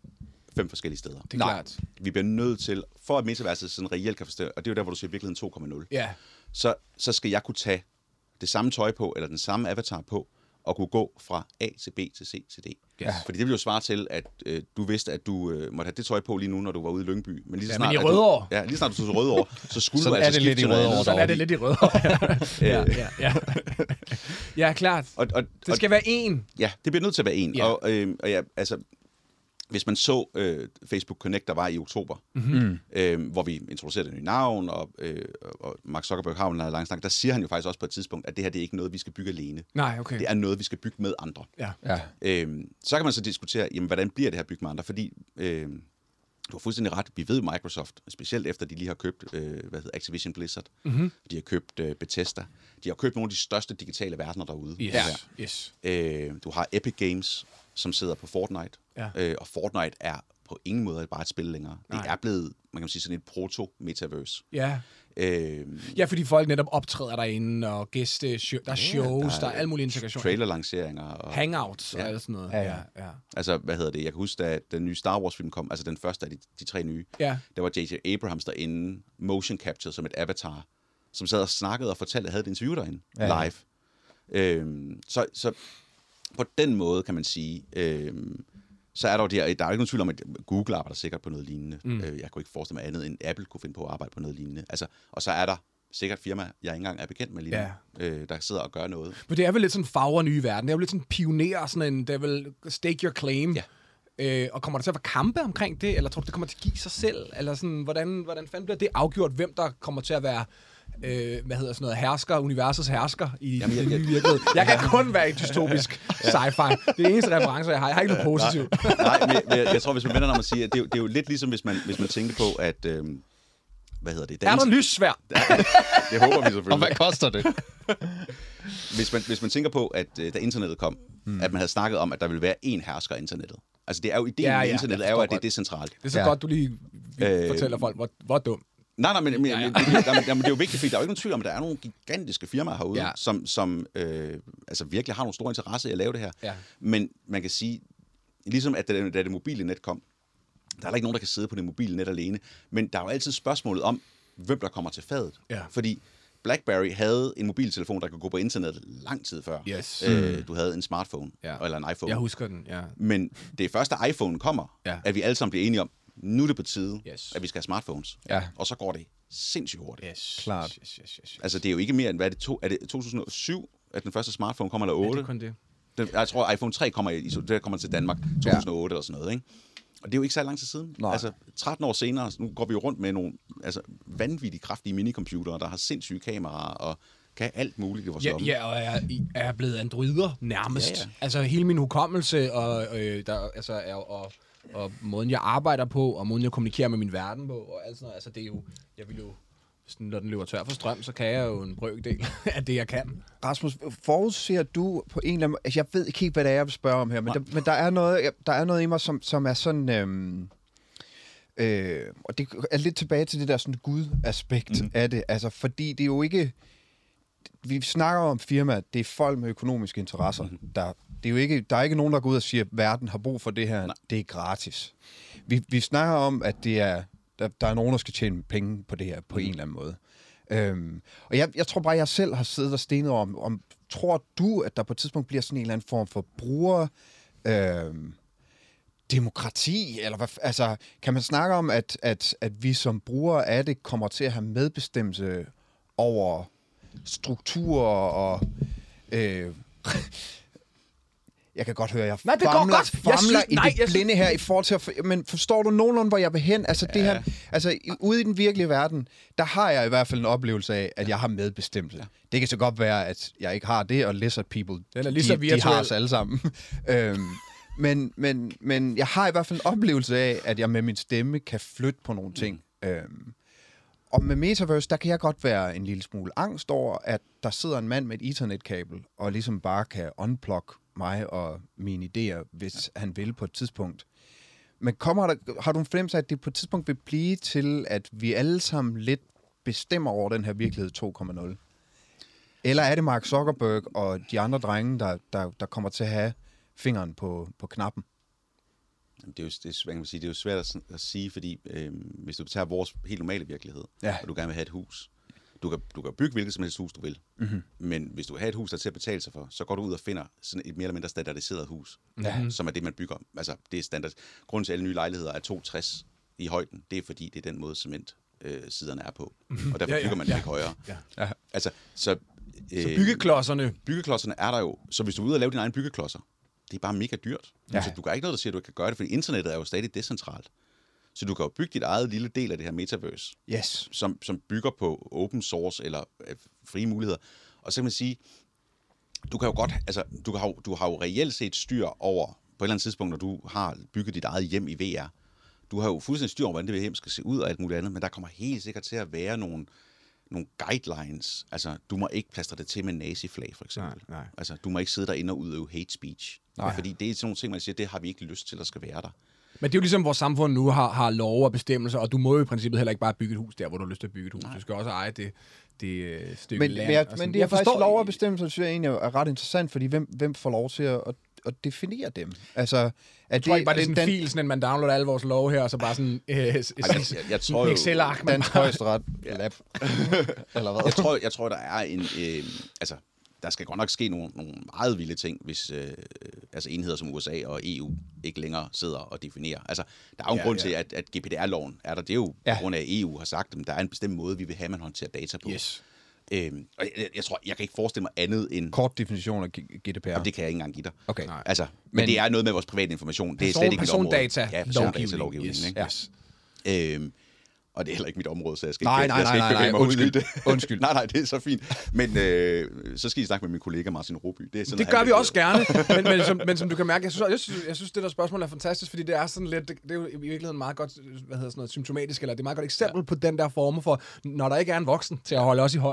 fem forskellige steder. Det er Nej. klart. Vi bliver nødt til, for at metaverset sådan reelt kan forstå, og det er jo der, hvor du siger virkeligheden to komma nul, ja. så, så skal jeg kunne tage det samme tøj på, eller den samme avatar på, og kunne gå fra A til B til C til D. Ja. Fordi det vil jo svare til, at øh, du vidste, at du øh, måtte have det tøj på lige nu, når du var ude i Lyngby. Men lige så ja, snart, men i Rødovre. Du, ja, lige snart du tog til Rødovre, så skulle sådan du altså skifte til noget andet. Sådan er det lidt i Rødovre. ja, ja, ja. ja, klart. Og, og, det skal og, være en. Ja, det bliver nødt til at være en. Ja. Og, øh, og ja, altså, hvis man så øh, Facebook Connect, der var i oktober, mm-hmm. øh, hvor vi introducerede det nye navn, og, øh, og Mark Zuckerberg har en lang snak, der siger han jo faktisk også på et tidspunkt, at det her det er ikke noget, vi skal bygge alene. Nej, okay. Det er noget, vi skal bygge med andre. Ja. Ja. Øh, så kan man så diskutere, jamen, hvordan bliver det her bygge med andre? Fordi øh, du har fuldstændig ret. Vi ved Microsoft, specielt efter de lige har købt øh, hvad hedder Activision Blizzard, mm-hmm. de har købt øh, Bethesda, de har købt nogle af de største digitale verdener derude. Yes. Ja. Yes. Øh, du har Epic Games, som sidder på Fortnite, ja. øh, og Fortnite er på ingen måde bare et spil længere. Nej. Det er blevet, man kan sige, sådan et proto-metaverse. Ja. Øh, ja, fordi folk netop optræder derinde, og gæste, show, der er shows, ja, der er, der er alle mulige integrationer. Trailerlanceringer. Og hangouts ja. og alt sådan noget. Ja, ja. Ja, ja. Altså, hvad hedder det? Jeg kan huske, da den nye Star Wars-film kom, altså den første af de, de tre nye, ja. der var J J Abrams derinde, motion capture som et avatar, som sad og snakkede og fortalte, at havde et interview derinde, ja. live. Øh, så, så på den måde, kan man sige... Øh, så er der jo det, der er ikke nogen tvivl om, at Google arbejder sikkert på noget lignende. Mm. Jeg kunne ikke forestille mig andet, end Apple kunne finde på at arbejde på noget lignende. Altså, og så er der sikkert firmaer, jeg ikke engang er bekendt med lige nu, ja. øh, der sidder og gør noget. Men det er vel lidt sådan fagre nye verden. Det er jo lidt sådan pioner, sådan en, det er vel stake your claim. Ja. Øh, og kommer der til at være kampe omkring det, eller tror du, det kommer til at give sig selv? Eller sådan, hvordan, hvordan fanden bliver det afgjort, hvem der kommer til at være... Øh, hvad hedder sådan noget, hersker, universets hersker i Jamen, den nye virkelighed. Jeg kan kun være i dystopisk sci-fi. Det er det eneste referencer, jeg har. Jeg har ikke noget positivt. Nej, nej men jeg, jeg tror, hvis man vender om at sige, at det er, jo, det er jo lidt ligesom, hvis man, hvis man tænker på, at... Øh, hvad hedder det? Der er der lyssværd? Det håber vi selvfølgelig. Og hvad koster det? hvis, man, hvis man tænker på, at uh, da internettet kom, hmm. at man havde snakket om, at der ville være én hersker af internettet. Altså, det er jo ideen ja, med ja, internettet, er jo, at det er decentralt. Det er så ja. godt, du lige øh, fortæller folk, hvor, hvor dum. Nej, nej, men, men, men, det, det, det, det er jo vigtigt, fordi der er jo ikke nogen tvivl om, at der er nogle gigantiske firmaer herude, ja. som, som øh, altså virkelig har nogle store interesse i at lave det her. Ja. Men man kan sige, ligesom at da, da det mobile net kom, der er der ikke nogen, der kan sidde på det mobile net alene, men der er jo altid spørgsmålet om, hvem der kommer til fadet. Ja. Fordi BlackBerry havde en mobiltelefon, der kunne gå på internettet lang tid før. Yes. Øh, du havde en smartphone, ja. eller en iPhone. Jeg husker den, ja. Men det er først, da iPhone kommer, ja. at vi alle sammen bliver enige om, nu er det på tide, yes. at vi skal have smartphones. Ja. Og så går det sindssygt hurtigt. Yes. Klart. Yes, yes, yes, yes. Altså, det er jo ikke mere end, hvad er det, to, er det to tusind og syv, at den første smartphone kommer, eller otte? Ja, det er kun det. Den, jeg tror, iPhone tre kommer, i, det kommer til Danmark to tusind og otte ja. eller sådan noget, ikke? Og det er jo ikke så lang tid siden. Nej. Altså, tretten år senere, nu går vi jo rundt med nogle altså, vanvittigt kraftige minicomputere, der har sindssyge kameraer og kan alt muligt i vores ja, lomme. Ja, og er, er blevet androider nærmest. Ja, ja. Altså, hele min hukommelse og, øh, der, altså, er, og, og måden, jeg arbejder på, og måden, jeg kommunikerer med min verden på, og alt sådan noget. Altså, det er jo... Jeg vil jo... Sådan, når den løber tør for strøm, så kan jeg jo en brøkdel af det, jeg kan. Rasmus, forudser du på en eller anden... Altså, jeg ved ikke helt, hvad det er, jeg vil spørge om her, men, der, men der, er noget, der er noget i mig, som, som er sådan... Øhm, øh, og det er lidt tilbage til det der sådan Gud-aspekt mm. af det. Altså, fordi det er jo ikke... Vi snakker om firmaer, det er folk med økonomiske interesser. Mm. Der, det er jo ikke, der er ikke nogen, der går ud og siger, at verden har brug for det her. Nej. Det er gratis. Vi, vi snakker om, at det er... Der, der er nogen, der skal tjene penge på det her, på mm. en eller anden måde. Øhm, og jeg, jeg tror bare, jeg selv har siddet og stenet om, om, tror du, at der på et tidspunkt bliver sådan en eller anden form for bruger... Øhm, demokrati, eller hvad, altså, kan man snakke om, at, at, at vi som brugere af det kommer til at have medbestemmelse over strukturer og... Øh, Jeg kan godt høre, at jeg nej, det famler, godt. famler synes, i nej, det blinde her i forhold til at... For, men forstår du nogenlunde, hvor jeg vil hen? Altså, ja. det her, altså ude i den virkelige verden, der har jeg i hvert fald en oplevelse af, at jeg har medbestemmelse. Ja. Det kan så godt være, at jeg ikke har det, og lizard people, den er lige så de, de har os alle sammen. øhm, men, men, men jeg har i hvert fald en oplevelse af, at jeg med min stemme kan flytte på nogle ting. Mm. Øhm, og med Metaverse, der kan jeg godt være en lille smule angst over, at der sidder en mand med et ethernet-kabel, og ligesom bare kan unplug mig og mine idéer, hvis ja. han vil på et tidspunkt. Men kommer der, har du en fornemmelse af, at det på et tidspunkt vil blive til, at vi alle sammen lidt bestemmer over den her virkelighed to punkt nul? Eller er det Mark Zuckerberg og de andre drenge, der, der, der kommer til at have fingeren på, på knappen? Det er jo, det er, kan man sige, det er jo svært at, at sige, fordi øh, hvis du tager vores helt normale virkelighed, ja. og du gerne vil have et hus, Du kan, du kan bygge hvilket som helst hus, du vil. Mm-hmm. Men hvis du vil have et hus, der er til at betale sig for, så går du ud og finder sådan et mere eller mindre standardiseret hus, mm-hmm. som er det, man bygger. Altså, det er standard. Grunden til, at alle nye lejligheder er to komma tres i højden, det er fordi, det er den måde, cementsiderne øh, er på. Mm-hmm. Og derfor ja, ja, bygger man ja. ikke højere. Ja. Ja. Altså, så, øh, så byggeklodserne? Byggeklodserne er der jo. Så hvis du er ude og lave dine egne byggeklodser, det er bare mega dyrt. Ja. Altså, du kan ikke noget, der siger, at du ikke kan gøre det, fordi internettet er jo stadig decentralt. Så du kan jo bygge dit eget lille del af det her metaverse, yes. som, som bygger på open source eller øh, frie muligheder. Og så kan man sige, du kan jo godt, altså, du, kan jo, du har jo reelt set styr over, på et eller andet tidspunkt, når du har bygget dit eget hjem i V R, du har jo fuldstændig styr over, hvordan det hjem skal se ud og alt muligt andet, men der kommer helt sikkert til at være nogle, nogle guidelines. Altså, du må ikke plastre det til med naziflag, for eksempel. Nej, nej. Altså, du må ikke sidde derinde og udøve hate speech. Nej. Fordi det er sådan nogle ting, man siger, det har vi ikke lyst til, at skal være der. Men det er jo ligesom, vores samfund nu har, har lov og bestemmelser, og du må jo i princippet heller ikke bare bygge et hus der, hvor du har lyst til at bygge et hus. Nej. Du skal også eje det, det stykke men, land. Men, jeg, men det er faktisk lov og bestemmelser, synes jeg egentlig er ret interessant, fordi hvem, hvem får lov til at, at definere dem? Altså, er jeg tror det, ikke bare, det er sådan en fil, sådan, at man downloader alle vores lov her, og så bare sådan øh, jeg, jeg, jeg tror jo, Excel-ark. Dansk Højesteret lab. Eller hvad? Jeg tror, jeg tror, der er en... Øh, altså, der skal godt nok ske nogle, nogle meget vilde ting, hvis øh, altså enheder som U S A og E U ikke længere sidder og definerer. Altså, der er jo en ja, grund ja. til, at, at G P D R-loven er der. Det er jo ja. på grund af, at E U har sagt, at der er en bestemt måde, vi vil have, man håndterer data på. Yes. Øhm, og jeg, jeg tror, jeg kan ikke forestille mig andet end... Kort definition af G D P R. Jamen, det kan jeg ikke engang give dig. Okay. Altså, men, men det er noget med vores private information. Det er slet ikke mit område. Persondata. Ja, persondata-lovgivning. Yes. Ikke? Yes. Øhm, og det er heller ikke mit område, så jeg skal nej, ikke, nej, jeg skal nej, ikke bevæge mig undskyld. ud i det. Undskyld. nej, nej, det er så fint. Men øh, så skal I snakke med min kollega Martin Roby. Det, er sådan, det gør vi også gerne, men, men, som, men som du kan mærke, jeg synes, jeg synes, jeg synes det der spørgsmål er fantastisk, fordi det er sådan lidt, det, det er jo i virkeligheden meget godt, hvad hedder sådan noget, symptomatisk, eller det er meget godt eksempel ja. på den der form for, når der ikke er en voksen til at holde os i hånden.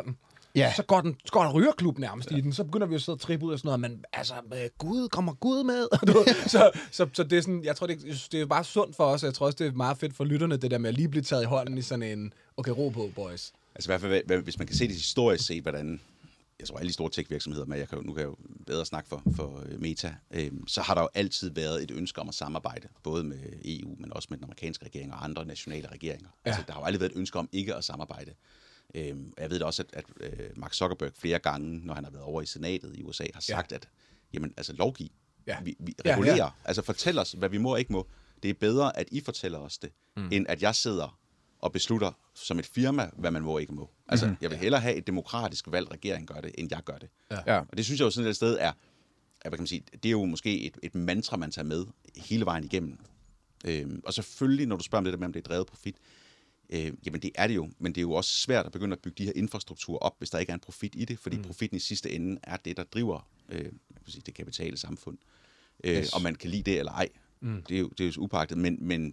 Ja. så går den så går der rygerklub nærmest ja. i den, så begynder vi at sidde og trippe ud og sådan noget, men altså, øh, Gud, kommer Gud med? så, så, så det er sådan, jeg tror, det, det er bare sundt for os, og jeg tror også, det er meget fedt for lytterne, det der med at lige blive taget i hånden i sådan en, okay, ro på, boys. Altså i hvert fald, hvis man kan se det historisk set, hvordan, jeg tror alle de store tech-virksomheder, men jeg kan jo, nu kan jeg jo bedre snakke for, for Meta, øh, så har der jo altid været et ønske om at samarbejde, både med E U, men også med den amerikanske regering og andre nationale regeringer. Ja. Altså, der har jo aldrig været et ønske om ikke at samarbejde. Øh, jeg ved også, at, at uh, Mark Zuckerberg flere gange, når han har været over i senatet i U S A, har sagt, ja. at jamen, altså, lovgiv, ja. vi, vi regulerer, ja, ja. altså fortæl os, hvad vi må og ikke må. Det er bedre, at I fortæller os det, mm. end at jeg sidder og beslutter som et firma, hvad man må og ikke må. Altså, mm-hmm. jeg vil hellere have et demokratisk valgt regering gør det, end jeg gør det. Ja. Og det synes jeg jo sådan et sted er, hvad kan man sige, det er jo måske et, et mantra, man tager med hele vejen igennem. Øhm, og selvfølgelig, når du spørger om det der med, om det er drevet profit, øh, jamen det er det jo, men det er jo også svært at begynde at bygge de her infrastrukturer op, hvis der ikke er en profit i det, fordi mm. profitten i sidste ende er det, der driver øh, jeg kan sige, det kapitale samfund. Øh, yes. Og man kan lide det eller ej. Mm. Det er jo, det er jo upagtet, men, men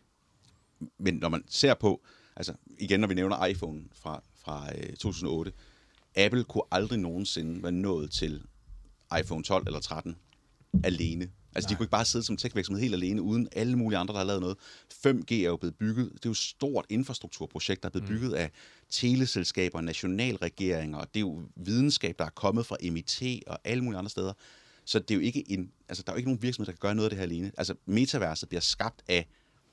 Men når man ser på, altså igen når vi nævner iPhone fra, fra øh, to tusind og otte, Apple kunne aldrig nogensinde være nået til iPhone tolv eller tretten alene. Altså Nej. De kunne ikke bare sidde som tech-virksomhed helt alene, uden alle mulige andre, der har lavet noget. fem G er jo blevet bygget, det er jo et stort infrastrukturprojekt, der er blevet mm. bygget af teleselskaber, nationalregeringer, og det er jo videnskab, der er kommet fra M I T og alle mulige andre steder. Så det er jo ikke en, altså der er jo ikke nogen virksomhed, der kan gøre noget af det her alene. Altså metaverset bliver skabt af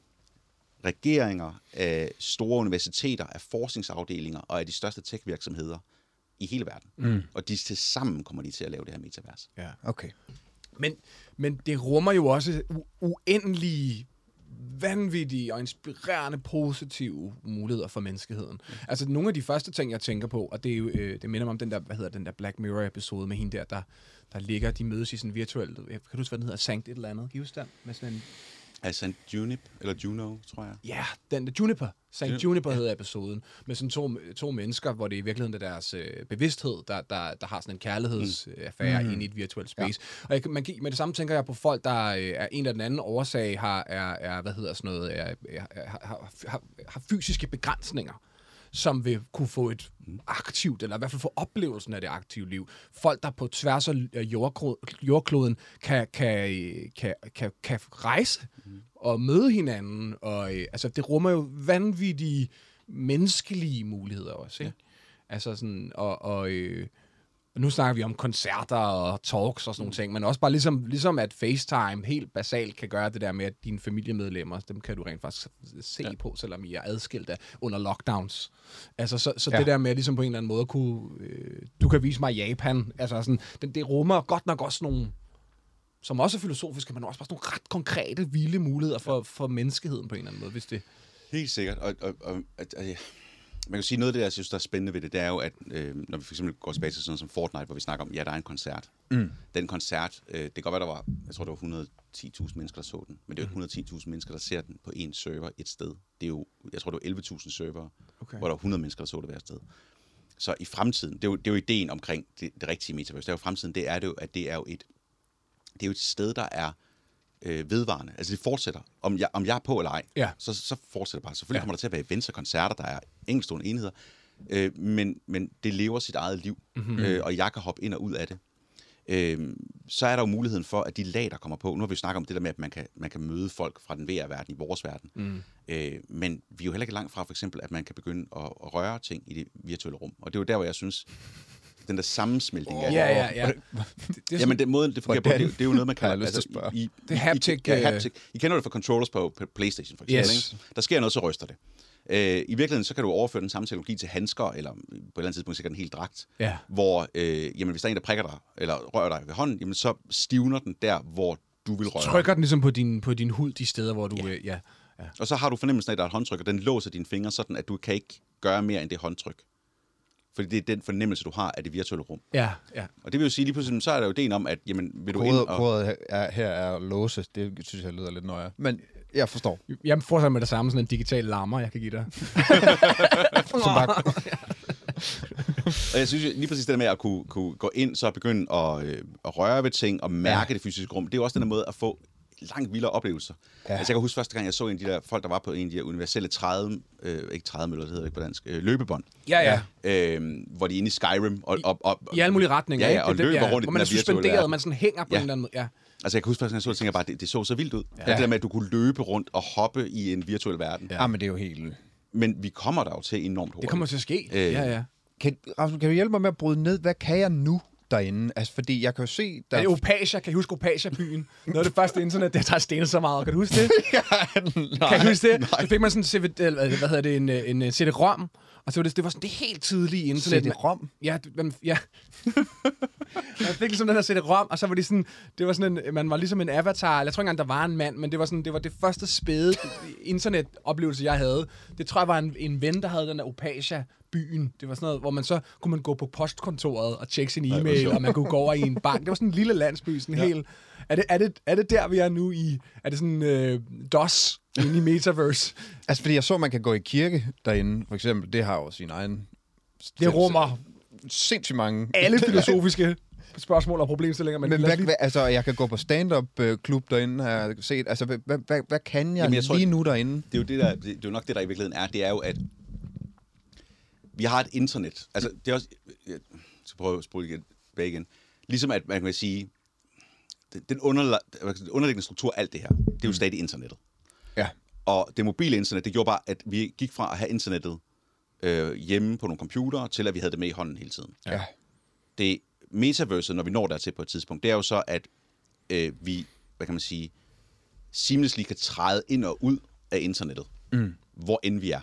regeringer, af store universiteter, af forskningsafdelinger og af de største tech-virksomheder i hele verden. Mm. Og de til sammen kommer de til at lave det her metavers. Ja, okay. Men, men det rummer jo også u- uendelige, vanvittige og inspirerende positive muligheder for menneskeheden. Mm. Altså nogle af de første ting, jeg tænker på, og det, er jo, øh, det minder mig om den der, hvad hedder den der Black Mirror-episode med hende der, der, der ligger, de mødes i sådan virtuelt, kan du huske, hvad den hedder, Sankt et eller andet, kan I huske den? Med sådan en Altså Junip, eller Juno, tror jeg. Ja, den der Juniper. Sankt Juniper hedder episoden. Med sådan to, to mennesker, hvor det i virkeligheden er deres øh, bevidsthed, der, der, der har sådan en kærlighedsaffære mm. ind i et virtuelt space. Ja. Og jeg, man, med det samme tænker jeg på folk, der øh, er en eller den anden årsag, har, er, er, hvad hedder sådan noget, er, er, har, har, har, har fysiske begrænsninger, som vil kunne få et aktivt, eller i hvert fald få oplevelsen af det aktive liv. Folk, der på tværs af jordkloden kan, kan, kan, kan, kan rejse mm. og møde hinanden. Og, altså, det rummer jo vanvittige menneskelige muligheder også. Ikke? Ja. Altså sådan, og, og øh, nu snakker vi om koncerter og talks og sådan mm. nogle ting, men også bare ligesom, ligesom at FaceTime helt basalt kan gøre det der med, at dine familiemedlemmer, dem kan du rent faktisk se ja. på, selvom I er adskilt af, under lockdowns. Altså, så, så ja. det der med ligesom på en eller anden måde kunne, øh, du kan vise mig Japan, altså sådan, det, det rummer godt nok også nogle, som også er filosofiske, men også bare nogle ret konkrete, vilde muligheder for, for menneskeheden på en eller anden måde, hvis det... Helt sikkert, og, og, og at, at, man kan sige, noget af det, jeg synes, der er spændende ved det, det er jo, at øh, når vi for eksempel går tilbage til sådan noget som Fortnite, hvor vi snakker om, ja, der er en koncert. Mm. Den koncert, øh, det kan godt være, der var, jeg tror, der var et hundrede og ti tusind mennesker, der så den, men det er jo et hundrede og ti tusind mennesker, der ser den på en server et sted. Det er jo, jeg tror, det var elleve tusind server, okay. hvor der var hundrede mennesker, der så det hver sted. Så i fremtiden, det er jo, det er jo ideen omkring det, det rigtige metaverse, det er jo fremtiden, det er det jo, at det er jo et, det er jo et sted, der er øh, vedvarende. Altså det fortsætter. Om jeg, om jeg er på eller ej, ja. så, så fortsætter det bare. Selvfølgelig ja. kommer der til at være events og koncerter, der er enkeltstående enheder, øh, men, men det lever sit eget liv, mm-hmm. øh, og jeg kan hoppe ind og ud af det. Øh, så er der jo muligheden for, at de lag, der kommer på, nu har vi jo snakket om det der med, at man kan, man kan møde folk fra den V R-verden i vores verden, mm. øh, men vi er jo heller ikke langt fra for eksempel, at man kan begynde at, at røre ting i det virtuelle rum. Og det er jo der, hvor jeg synes, den der sammensmeltning af oh, ja, ja, ja. det, det Jamen, den måde, det fungerer på, det, det er jo noget, man kan... altså, i, i, det er haptic. I, ja, haptic. I kender det fra controllers på, på PlayStation, for eksempel. Yes. Ikke? Der sker noget, så ryster det. Øh, I virkeligheden, så kan du overføre den samme teknologi til handsker, eller på et eller andet tidspunkt sikkert en hel dragt, ja. hvor, øh, jamen, hvis der er en, der prikker dig, eller rører dig ved hånden, jamen, så stivner den der, hvor du vil røre. Trykker den ligesom på din, på din hud, de steder, hvor du... Ja. Øh, ja. Ja. Og så har du fornemmelsen af, at der er et håndtryk, og den låser dine fingre sådan, at du kan ikke gøre mere end det håndtryk. Fordi det er den fornemmelse, du har af det virtuelle rum. Ja, ja. Og det vil jo sige, lige pludselig, så er der jo ideen om, at jamen, vil du Kodet, ind og... Kodet er, her er låse. Det synes jeg lyder lidt nøje. Men jeg forstår. Jeg forestiller med det samme, sådan en digital lammer, jeg kan give dig. Og jeg synes lige præcis det der med at kunne, kunne gå ind, så begynde at, øh, at røre ved ting og mærke ja. det fysiske rum, det er jo også den der måde at få langt vildere oplevelser. Ja. Altså, jeg kan huske første gang, jeg så en af de der folk, der var på en af de her universelle træde, øh, ikke trædemøller, det hedder ikke på dansk, øh, løbebånd. Ja, ja. Øh, hvor de er inde i Skyrim. Og, og, og, I alle mulige retninger, ja, ja, og ikke? Det, løber ja, rundt i hvor den man er her virtuelle suspenderet, verden. man sådan hænger på Ja. en eller anden... Ja. Altså, jeg kan huske første gang, jeg så det, tænkte jeg bare, det, det så så vildt ud. Ja. Ja. Det der med, at du kunne løbe rundt og hoppe i en virtuel verden. Ja, men det er jo helt... Men vi kommer der jo til enormt hurtigt. Det kommer til at ske. Øh, ja, ja. Kan, Rasmus, kan du hjælpe mig med at bryde ned? Hvad kan jeg nu derinde? Altså, fordi jeg kan jo se... Der... Er det Opasia? Kan I huske Opasia-byen? Noget af det første internet, der har stenet så meget. Kan du huske det? Nej, Kan I huske det? nej. Så fik man sådan en, hvad hedder det, en, en, en C D-ROM, og så var det, det var sådan det helt tidlige internet. C D-ROM? Ja, det- man, ja. Man fik ligesom den her C D-ROM, og så var det sådan, det var sådan en, man var ligesom en avatar. Jeg tror ikke engang, der var en mand, men det var sådan, det var det første spæde internetoplevelse, jeg havde. Det tror jeg var en, en ven, der havde den der Opasia-byen. Det var sådan noget, hvor man så kunne man gå på postkontoret og tjekke sin e-mail, og man kunne gå over i en bank. Det var sådan en lille landsby, sådan ja. helt... Er det, er, det, er det der, vi er nu i? Er det sådan øh, DOS inde i Metaverse? Altså, fordi jeg så, man kan gå i kirke derinde, for eksempel. Det har jo sin egen... Det rummer sindssygt mange... alle filosofiske spørgsmål og problemstillinger. Men, Men lad os hvad, lige- hvad, altså, jeg kan gå på stand-up-klub derinde, har jeg set. Altså, hvad, hvad, hvad, hvad kan jeg, Jamen, jeg tror, lige nu derinde? Det er jo det der, det, det er jo nok det, der i virkeligheden er. Det er jo, at vi har et internet. Altså, det er også... Jeg skal prøve at spole igen, tilbage igen. Ligesom at man kan sige, den underliggende struktur af alt det her, det er jo stadig internettet. Ja. Og det mobile internet, det gjorde bare, at vi gik fra at have internettet øh, hjemme på nogle computere, til at vi havde det med i hånden hele tiden. Ja. Det metaverset, når vi når dertil på et tidspunkt, det er jo så, at øh, vi, hvad kan man sige, seamlessly kan træde ind og ud af internettet, mm. hvor end vi er.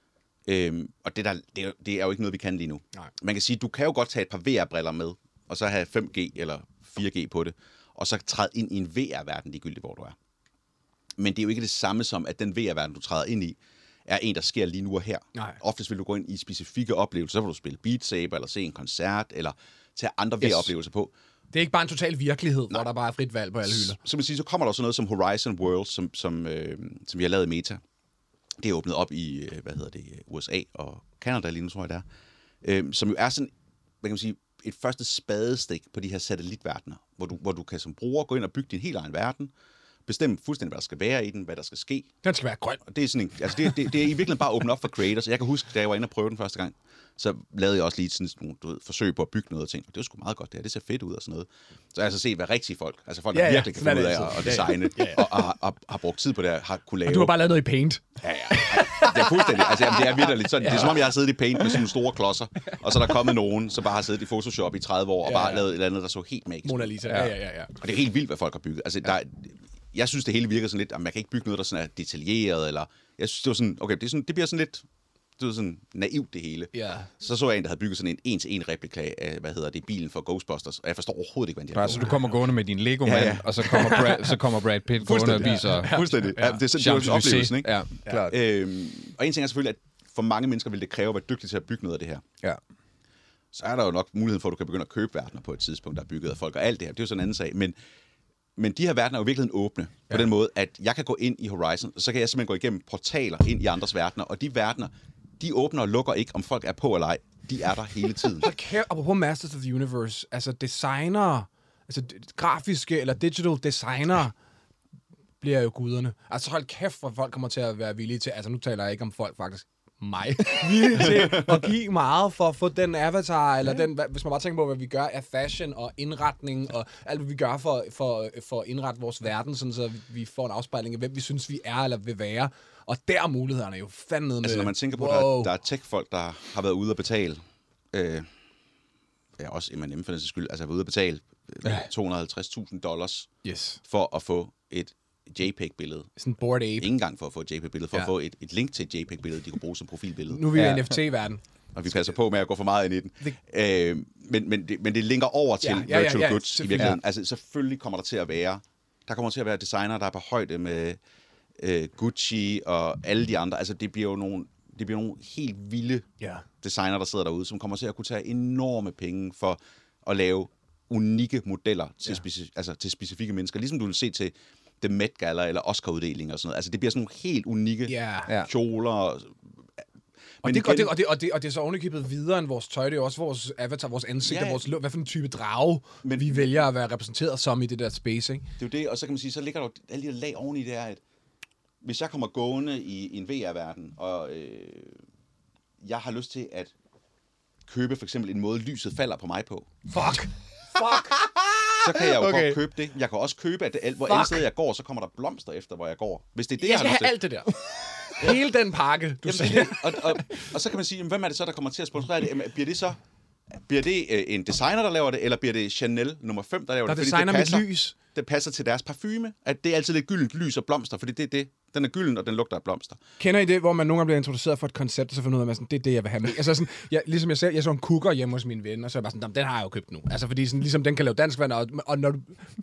Øhm, og det, der, det, er, det er jo ikke noget, vi kan lige nu. Nej. Man kan sige, du kan jo godt tage et par V R-briller med, og så have fem G eller fire G på det, og så træde ind i en V R-verden, ligegyldigt hvor du er. Men det er jo ikke det samme som, at den V R-verden, du træder ind i, er en, der sker lige nu og her. Nej. Oftest vil du gå ind i specifikke oplevelser, så vil du spille Beat Saber, eller se en koncert, eller tage andre Yes. V R-oplevelser på. Det er ikke bare en total virkelighed, Nej. hvor der bare er frit valg på alle hylder. Så man siger, så kommer der også noget som Horizon World, som, som, øh, som vi har lavet i Meta. Det er åbnet op i, øh, hvad hedder det, U S A og Canada lige nu, tror jeg det er. Øh, som jo er sådan, hvad kan man sige, et første spadestik på de her satellitverdener, hvor du, hvor du kan som bruger gå ind og bygge din helt egen verden, bestemme fuldstændig, hvad der skal være i den, hvad der skal ske. Den skal være grøn. Og det er sådan en, altså det, det, det er i virkeligheden bare åbnet op for creators. Jeg kan huske, da jeg var inde og prøve den første gang, så lavede jeg også lige sådan nogle, du ved, forsøg på at bygge noget og tænkte, det var sgu meget godt det her, det ser fedt ud og sådan noget. Så jeg har altså set, hvad rigtige folk, altså folk, der Ja, ja, virkelig kan sådan finde er ud det af at, altid. at designe, Ja, ja. og, og, og, og har brugt tid på det, har kunne lave. Og du har bare lavet noget i Paint. Ja, ja. Det er fuldstændig, altså jamen, det er vitterligt sådan. Ja. Det er som om, jeg har siddet i Paint med sådan nogle store klodser, og så er der kommet nogen, som bare har siddet i Photoshop i tredive år, og Ja, bare ja. lavet et eller andet, der så helt magisk ud. Mona Lisa. Ja, ja, ja. ja. Og det er helt vildt, hvad folk har bygget. Altså, der er, jeg synes, det hele virker sådan lidt, at man kan ikke bygge noget, der sådan er detaljeret, eller... Jeg synes, det var sådan, okay, det, er sådan, det bliver sådan lidt... Det var sådan naivt, det hele. Ja. Så så jeg en, der havde bygget sådan en en-til-en replika af, hvad hedder det, bilen for Ghostbusters, og jeg forstår overhovedet ikke, hvad de har Bare gjort. så du kommer gående med din Lego-mand, Ja, ja. og så kommer Brad, så kommer Brad Pitt gående og viser... Ja, fuldstændig. Ja, det er sådan, det er jo oplevelsen, ikke? Ja, klart. Øhm, og en ting er selvfølgelig, at for mange mennesker vil det kræve at være dygtig til at bygge noget af det her. Ja. Så er der jo nok mulighed for, at du kan begynde at købe verdener på et tidspunkt, der er bygget af folk og alt det her. Det er jo sådan en anden sag. Men, men de her verdener er jo virkelig åbne på Ja. den måde, at jeg kan gå ind i Horizon, og så kan jeg simpelthen gå igennem portaler ind i andres verdener, og de verdener, de åbner og lukker ikke, om folk er på eller ej. De er der hele tiden. Hold kæft, apropos Masters of the Universe, altså designere, altså d- grafiske eller digital designere, bliver jo guderne. Altså hold kæft, hvor folk kommer til at være villige til, altså nu taler jeg ikke om folk faktisk, mig, villige til at give meget for at få den avatar, eller den, hvis man bare tænker på, hvad vi gør af fashion og indretning, og alt, hvad vi gør for, for, for at indrette vores verden, sådan så vi får en afspejling af, hvem vi synes, vi er eller vil være. Og der er mulighederne jo fandme med. Altså når man tænker på, wow. at der, der er tech-folk, der har været ude at betale, øh, ja også M and M for den sags skyld, altså har været ude at betale øh, to hundrede og halvtreds tusind dollars Yes. for at få et JPEG-billede. Sådan en Bored Ape. Ikke engang for at få et JPEG-billede, for Ja. ja. at få et, et link til et JPEG-billede, de kunne bruge som profilbillede. Nu er vi Ja. i N F T-verden. Og vi passer på med at gå for meget ind i den. Det- Øh, men, men, det, men det linker over til Ja, ja, ja, ja, virtual ja, goods i selvfølgelig. virkeligheden. Altså selvfølgelig kommer der til at være, der kommer til at være designere, der er på højde med øh, Gucci og alle de andre. Altså det bliver jo nogle, det bliver nogle helt vilde Ja. designer, der sidder derude, som kommer til at kunne tage enorme penge for at lave unikke modeller til, ja. speci- altså, til specifikke mennesker. Ligesom du vil se til The Met Gala eller Oscar-uddeling og sådan noget. Altså det bliver sådan nogle helt unikke Ja. Ja. kjoler. Og det, igen, og, det, og, det, og, det, og det er så ovenikøbet videre end vores tøj. Det er også vores avatar, vores ansigt, ja, og vores, hvad for en type drage, men vi vælger at være repræsenteret som i det der space, ikke? Det er jo det, og så kan man sige, så ligger der jo alle de der lag oveni, det er, at hvis jeg kommer gående i, i en V R-verden, og øh, jeg har lyst til at købe for eksempel en måde, lyset falder på mig på. Fuck! Fuck! Så kan jeg jo okay. godt købe det. Jeg kan også købe, at det, hvor alle steder jeg går, så kommer der blomster efter, hvor jeg går. Hvis det er det, jeg, jeg skal har have alt det der. Hele den pakke, du Jamen, det, og, og, og så kan man sige, hvem er det så, der kommer til at sponsorere det? Bliver det så bliver det øh, en designer, der laver det, eller bliver det Chanel nummer fem, der laver der det? Der designer det passer, mit lys. Det passer til deres parfume, at det er altid lidt gyldent lys og blomster, fordi det er det. Den er gylden, og den lugter af blomster. Kender I det, hvor man nogle gange bliver introduceret for et koncept, og så finder ud af, at sådan, det er det, jeg vil have med? Altså sådan, jeg, ligesom jeg selv, jeg så en cooker hjemme hos mine venner, og så er jeg bare sådan, den har jeg jo købt nu. Altså fordi sådan, ligesom den kan lave dansk vand, og, og når du...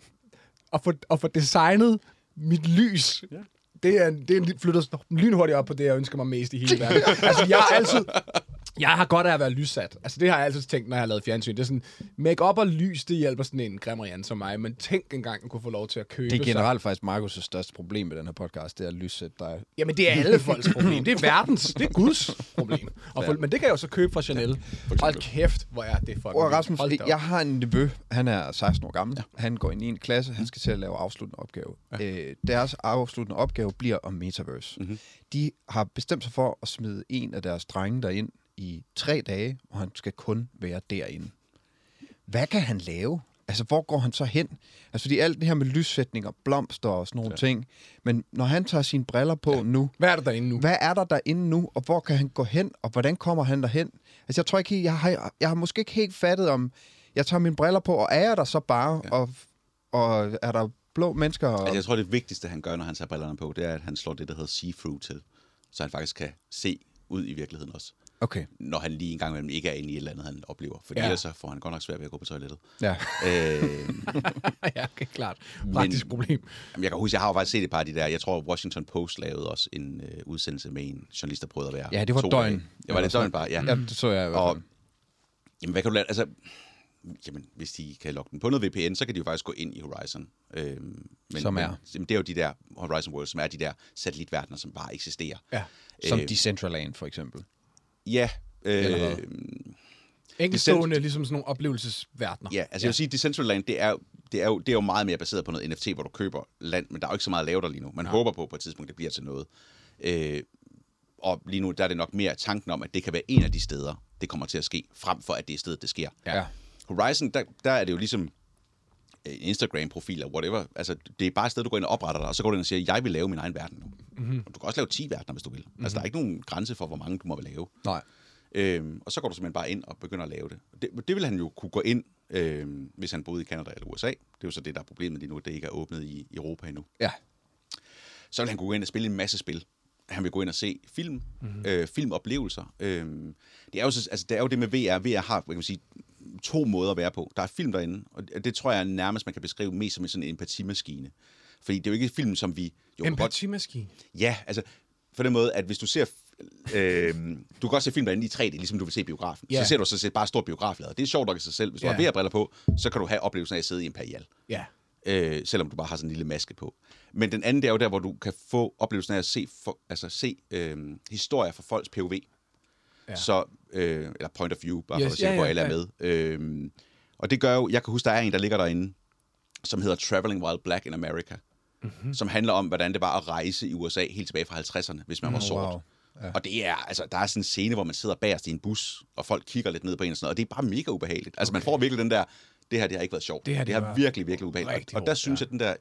Og få, og få designet mit lys... Ja. Det er, det er flyttet lynhurtigt op på det, jeg ønsker mig mest i hele verden. Altså, jeg har altid... Jeg har godt af at være lyssat. Altså, det har jeg altid tænkt, når jeg har lavet fjernsyn. Det er sådan, make-up og lys, det hjælper sådan en grimrian som mig. Men tænk engang at kunne få lov til at købe. Det er generelt faktisk Markus' største problem med den her podcast, det er at lyssætte dig. Jamen, det er alle folks problem. Det er verdens, det er Guds problem. Og for, men det kan jeg jo så købe fra Chanel. Hold kæft, hvor er det fucking... Og Rasmus, jeg har en nevø, han er seksten år gammel. Ja. Han går ind i en klasse, han skal til at lave afsluttende opgave. Ja. Øh, deres afsluttende opgave bliver om Metaverse. Mm-hmm. De har bestemt sig for at smide en af deres drenge derind i tre dage, og han skal kun være derinde. Hvad kan han lave? Altså, hvor går han så hen? Altså, fordi alt det her med lyssætning og blomster og sådan nogle ja. ting. Men når han tager sine briller på ja. nu... Hvad er der derinde nu? Hvad er der derinde nu, og hvor kan han gå hen, og hvordan kommer han derhen? Altså, jeg tror ikke helt... Jeg har, jeg har måske ikke helt fattet om... Jeg tager mine briller på, og er jeg der så bare, ja. og, og er der blå mennesker... Og... Altså, jeg tror, det vigtigste, han gør, når han tager brillerne på, det er, at han slår det, der hedder see-through til. Så han faktisk kan se ud i virkeligheden også. Okay. Når han lige en gang imellem ikke er inde i et eller andet, han oplever. Fordi ja. ellers så får han godt nok svært ved at gå på toilettet. Ja. Øh, ja, okay, klart. Praktisk problem. Jamen, jeg kan huske, jeg har jo faktisk set et par af de der. Jeg tror, Washington Post lavede også en øh, udsendelse med en journalist, der prøvede at være. Ja, det var døgn. Det var det døgn bare, ja. Ja, det så jeg i hvert fald. Og, jamen, hvad kan du lade? Altså, jamen, hvis de kan logge den på noget V P N, så kan de jo faktisk gå ind i Horizon. Øh, men, som er? Men, det er jo de der Horizon World, som er de der satellitverdener, som bare eksisterer. Ja. Som øh, Decentraland, for eksempel. Ja. Øh, Enkeltstående, ligesom sådan nogle oplevelsesverdener. Ja, altså ja. Jeg vil sige, Decentraland, det er, det, er jo, det er jo meget mere baseret på noget N F T, hvor du køber land, men der er jo ikke så meget at lave der lige nu. Man ja. håber på, på et tidspunkt, det bliver til noget. Øh, og lige nu, der er det nok mere tanken om, at det kan være en af de steder, det kommer til at ske, frem for at det er stedet, det sker. Ja. Horizon, der, der er det jo ligesom en Instagram-profil eller whatever. Altså, det er bare et sted, du går ind og opretter dig, og så går du ind og siger, jeg vil lave min egen verden nu. Mm-hmm. Og du kan også lave ti verdener, hvis du vil. Mm-hmm. Altså, der er ikke nogen grænse for, hvor mange du må lave. Nej. Øhm, og så går du simpelthen bare ind og begynder at lave det. Det, det vil han jo kunne gå ind, øhm, hvis han boede i Canada eller U S A. Det er jo så det, der er problemet lige nu, at det ikke er åbnet i Europa endnu. Ja. Så vil han kunne gå ind og spille en masse spil. Han vil gå ind og se film, mm-hmm. øh, filmoplevelser. Øhm, det, er jo så, altså, det er jo det med V R. V R har, kan man sige, to måder at være på. Der er film derinde, og det tror jeg nærmest, man kan beskrive mest som en sådan en empatimaskine. Fordi det er jo ikke film, som vi... Empatimaskine? Ja, altså for den måde, at hvis du ser... Øh, du kan også se film derinde i tre D, ligesom du vil se biografen. Yeah. Så ser du så set bare stort biograflader. Det er sjovt nok i sig selv. Hvis du yeah. har V R-briller på, så kan du have oplevelsen af at sidde i Imperial. Ja. Øh, selvom du bare har sådan en lille maske på. Men den anden, det er jo der, hvor du kan få oplevelsen af at se, for, altså se øh, historier fra folks P O V. Ja. Så, øh, eller point of view, bare yes. for at se, ja, hvor ja, alle ja. er med. Øh, og det gør jo, jeg kan huske, der er en, der ligger derinde, som hedder Traveling While Black in America. Mm-hmm. Som handler om, hvordan det var at rejse i U S A helt tilbage fra halvtredserne, hvis man var sort. Wow. Ja. Og det er, altså, der er sådan en scene, hvor man sidder bagerst i en bus, og folk kigger lidt ned på en og sådan noget, og det er bare mega ubehageligt. Altså, okay. man får virkelig den der, det her, det har ikke været sjovt. Det, her, det, det har virkelig, virkelig ubehageligt. Og, og der synes ja. jeg, at den der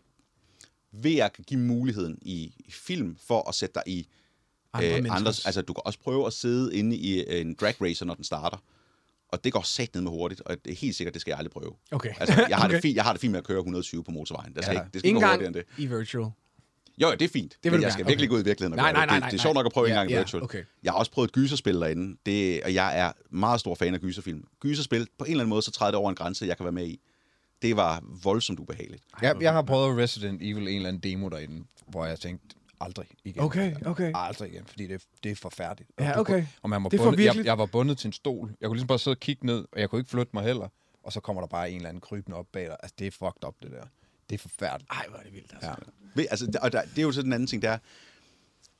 V R kan give muligheden i, i film for at sætte dig i andre øh, andres. Altså, du kan også prøve at sidde inde i øh, en drag racer, når den starter. Og det går sat ned med hurtigt, og det er helt sikkert, det skal jeg aldrig prøve. Okay. Altså, jeg har, okay. det fint, jeg har det fint med at køre et hundrede og tyve på motorvejen. Det skal ja. ikke, det skal ikke gå hurtigere end det. I virtual. Jo, det er fint. Det men jeg skal okay. virkelig gå ud i virkeligheden. Nej, nej, nej, nej, det, det er sjovt nok at prøve ja, en gang i ja, virtual. Okay. Jeg har også prøvet et gyserspil derinde, det, og jeg er meget stor fan af gyserfilm. Gyserspil, på en eller anden måde, så træder det over en grænse, jeg kan være med i. Det var voldsomt ubehageligt. Jeg, jeg har prøvet Resident Evil, en eller anden demo derinde, hvor jeg tænkte, aldrig igen. Okay, okay. Aldrig igen, fordi det, det er forfærdeligt. Ja, okay. Og, og man var bundet, jeg, jeg var bundet til en stol. Jeg kunne ligesom bare sidde og kigge ned, og jeg kunne ikke flytte mig heller. Og så kommer der bare en eller anden krybende op bag dig. Altså, det er fucked up, det der. Det er forfærdeligt. Ej, hvor er det vildt, altså. Ja. Altså, og der, det er jo så den anden ting, der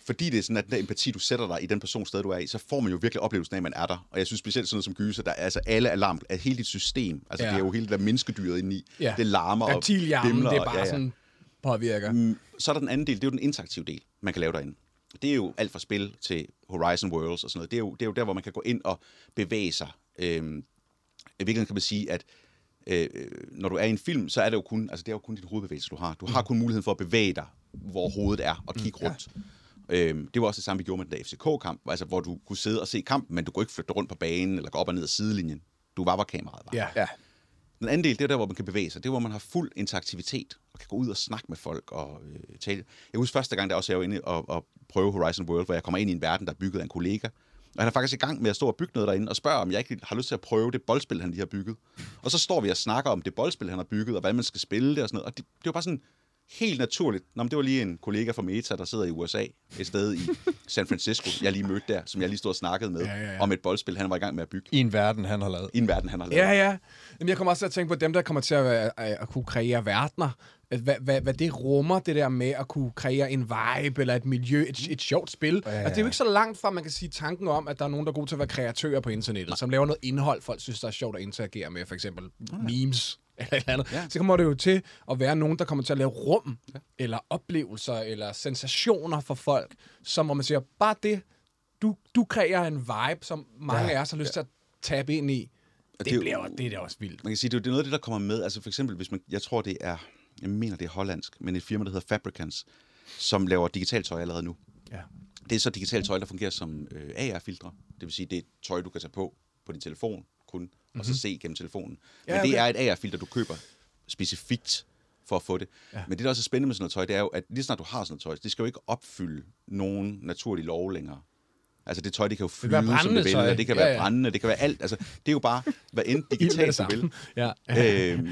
fordi det er sådan, at den der empati, du sætter dig i den person sted, du er i, så får man jo virkelig oplevelsen af, at man er der. Og jeg synes specielt sådan noget som gyser, der er altså alle alarm, at hele dit system, altså ja. det er jo hele det der menneskedyret indeni, ja. det larmer og bimler. Det er bare ja, ja. sådan påvirker. Så er der den anden del, det er jo den interaktive del, man kan lave derinde. Det er jo alt fra spil til Horizon Worlds og sådan noget. Det er jo, det er jo der, hvor man kan gå ind og bevæge sig. Øhm, I virkeligheden kan man sige, at øh, når du er i en film, så er det jo kun, altså det er jo kun din hovedbevægelse, du har. Du har kun muligheden for at bevæge dig, hvor hovedet er, og kigge rundt. Ja. Øhm, det var også det samme, vi gjorde med den der F C K-kamp, altså, hvor du kunne sidde og se kampen, men du kunne ikke flytte rundt på banen, eller gå op og ned ad sidelinjen. Du var, hvor kameraet var. Ja. Ja. Den anden del, det er der, hvor man kan bevæge sig. Det er, hvor man har fuld interaktivitet, og kan gå ud og snakke med folk og øh, tale. Jeg husker første gang, der også jeg var inde og, og prøve Horizon World, hvor jeg kommer ind i en verden, der er bygget af en kollega. Og han er faktisk i gang med at stå og bygge noget derinde, og spørger, om jeg ikke har lyst til at prøve det boldspil, han lige har bygget. Og så står vi og snakker om det boldspil, han har bygget, og hvordan man skal spille det og sådan noget. Og det, det var bare sådan helt naturligt. Nå, men det var lige en kollega fra Meta, der sidder i U S A, et sted i San Francisco, jeg lige mødte der, som jeg lige stod og snakkede med, ja, ja, ja. om et boldspil, han var i gang med at bygge. I en verden, han har lavet. I en verden, han har lavet. Ja, ja. Jamen, jeg kommer også til at tænke på dem, der kommer til at, at, at kunne kreere verdener. Hvad, hvad, hvad det rummer, det der med at kunne kreere en vibe eller et miljø, et, et sjovt spil. Ja, ja. Altså, det er jo ikke så langt fra, man kan sige tanken om, at der er nogen, der er gode til at være kreatører på internettet, Nej. som laver noget indhold, folk synes, der er sjovt at interagere med, for eksempel ja. memes eller et eller andet. Ja. Så kommer det jo til at være nogen, der kommer til at lave rum, ja. eller oplevelser, eller sensationer for folk, som, hvor man siger, bare det, du, du kreerer en vibe, som mange ja. af os har lyst ja. til at tabe ind i. Det, det, bliver, jo, det er da også vildt. Man kan sige, det er, det er noget af det, der kommer med. Altså for eksempel, hvis man, jeg tror, det er, jeg mener, det er hollandsk, men et firma, der hedder Fabricants, som laver digitalt tøj allerede nu. Ja. Det er så digitalt tøj, der fungerer som øh, A R-filtre. Det vil sige, det er tøj, du kan tage på på din telefon kun, mm-hmm. og så se gennem telefonen. Men ja, okay. det er et A R-filter, du køber specifikt for at få det. Ja. Men det, der også er spændende med sådan noget tøj, det er jo, at lige snart du har sådan noget tøj, det skal jo ikke opfylde nogen naturlig lov længere. Altså det tøj, det kan jo flyde, det som det vil, og det kan ja, være ja. brændende, det kan være alt. Altså, det er jo bare, hvad end digitalt du vil. Ja. øhm,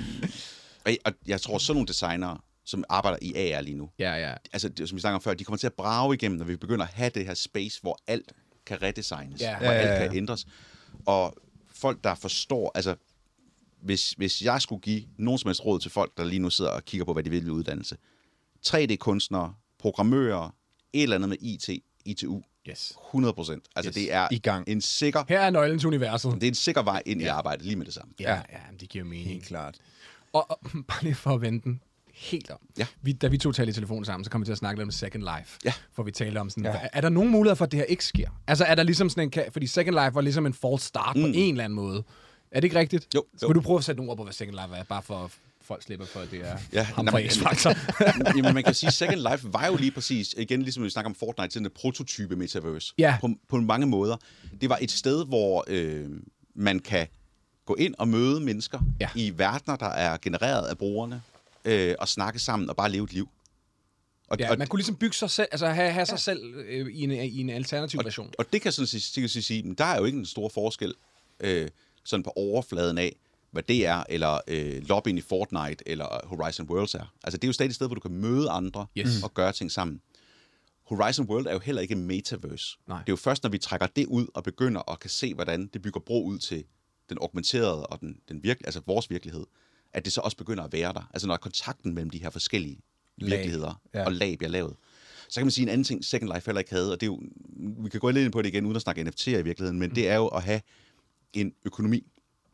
og jeg tror, sådan nogle designere, som arbejder i A R lige nu, ja, ja. altså det, som vi snakker om før, de kommer til at brage igennem, når vi begynder at have det her space, hvor alt kan redesignes, ja. hvor ja, ja, ja. alt kan ændres. Og folk, der forstår, altså hvis, hvis jeg skulle give nogen som helst råd til folk, der lige nu sidder og kigger på, hvad de vil i uddannelse, tre D-kunstnere, programmører, et eller andet med I T, I T U, yes. hundrede procent. Altså yes. det er i gang. En sikker... Her er nøglen til universet. Det er en sikker vej ind ja. i arbejdet, lige med det samme. Ja, ja, det giver mening. Helt klart. Og, og bare lige for at vende den helt om. Ja. Vi, da vi to talte i telefonen sammen, så kom vi til at snakke lidt om Second Life. Ja. For vi talte om sådan, ja. er, er der nogen muligheder for, at det her ikke sker? Altså er der ligesom sådan en... Fordi Second Life var ligesom en false start mm. på en eller anden måde. Er det ikke rigtigt? Jo. Så vil du prøve at sætte nogle ord på, hvad Second Life er, bare for folk slipper for, at det er ja, ham fra X-Factor. Jamen, man kan sige, Second Life var jo lige præcis, igen ligesom vi snakker om Fortnite, sådan et prototype metaverse. Ja. På, på mange måder. Det var et sted, hvor øh, man kan gå ind og møde mennesker ja. i verdener, der er genereret af brugerne, øh, og snakke sammen og bare leve et liv. Og, ja, og, man kunne ligesom bygge sig selv, altså have, have ja. sig selv øh, i, en, i en alternativ og, version. Og det kan sådan sige, sige, der er jo ikke en stor forskel øh, sådan på overfladen af, hvad det er, eller øh, lobbyen i Fortnite, eller Horizon Worlds er. Altså, det er jo stadig et sted, hvor du kan møde andre yes. og gøre ting sammen. Horizon World er jo heller ikke metaverse. Nej. Det er jo først, når vi trækker det ud og begynder at kan se, hvordan det bygger bro ud til den augmenterede og den, den virke, altså vores virkelighed, at det så også begynder at være der. Altså, når kontakten mellem de her forskellige lag. virkeligheder ja. og lag bliver lavet. Så kan man sige en anden ting, Second Life heller ikke havde, og det er jo, vi kan gå lidt ind på det igen, uden at snakke N F T'er i virkeligheden, men mm. det er jo at have en økonomi.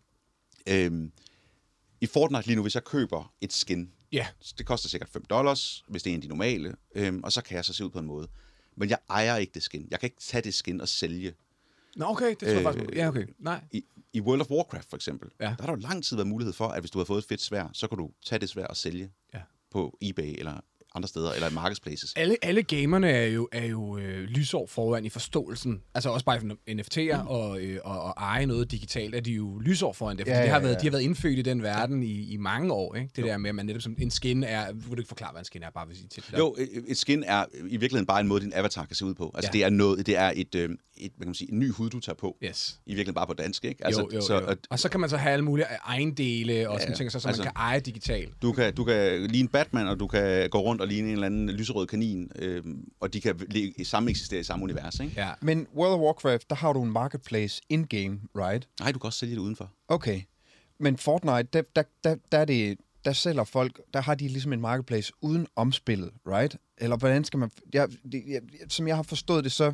Øhm, I Fortnite lige nu, hvis jeg køber et skin, yeah. det koster sikkert fem dollars, hvis det er en af de normale, øhm, og så kan jeg så se ud på en måde. Men jeg ejer ikke det skin. Jeg kan ikke tage det skin og sælge. Nå, okay, det tror jeg øh, faktisk. Ja, okay. Nej. I, I World of Warcraft for eksempel, ja. der har der jo lang tid været mulighed for, at hvis du har fået et fedt sværd, så kan du tage det sværd og sælge ja. på eBay eller andre steder, eller i marketplaces. Alle, alle gamerne er jo, er jo øh, lysår foran i forståelsen. Altså også bare N F T'er mm. og, øh, og, og eje noget digitalt, er de jo lysår foran det. Fordi ja, ja, ja. Det har været, de har været indfødt i den verden i, i mange år. Ikke? Det jo. der med, at man netop som en skin er... Vil du ikke forklare, hvad en skin er? Bare vil sige til det. Jo, et skin er i virkeligheden bare en måde, din avatar kan se ud på. Altså ja. det er noget, det er et, øh, et hvad kan man sige, en ny hud, du tager på. Yes. I virkeligheden bare på dansk, ikke? Altså, jo, jo, så, jo. Og, og så kan man så have alle mulige ejendele og ja, sådan ting, så, så altså, man kan eje digitalt. Du kan, du kan ligne Batman, og du kan gå rundt og ligne en eller anden lyserød kanin, øh, og de kan samme eksistere i samme univers, ikke? Ja. Men World of Warcraft, der har du en marketplace in-game, right? Nej, du kan også sælge det udenfor. Okay. Men Fortnite, der, der, der, der er det der sælger folk, der har de ligesom en marketplace uden omspillet, right? Eller hvordan skal man... Jeg, det, jeg, som jeg har forstået det, så...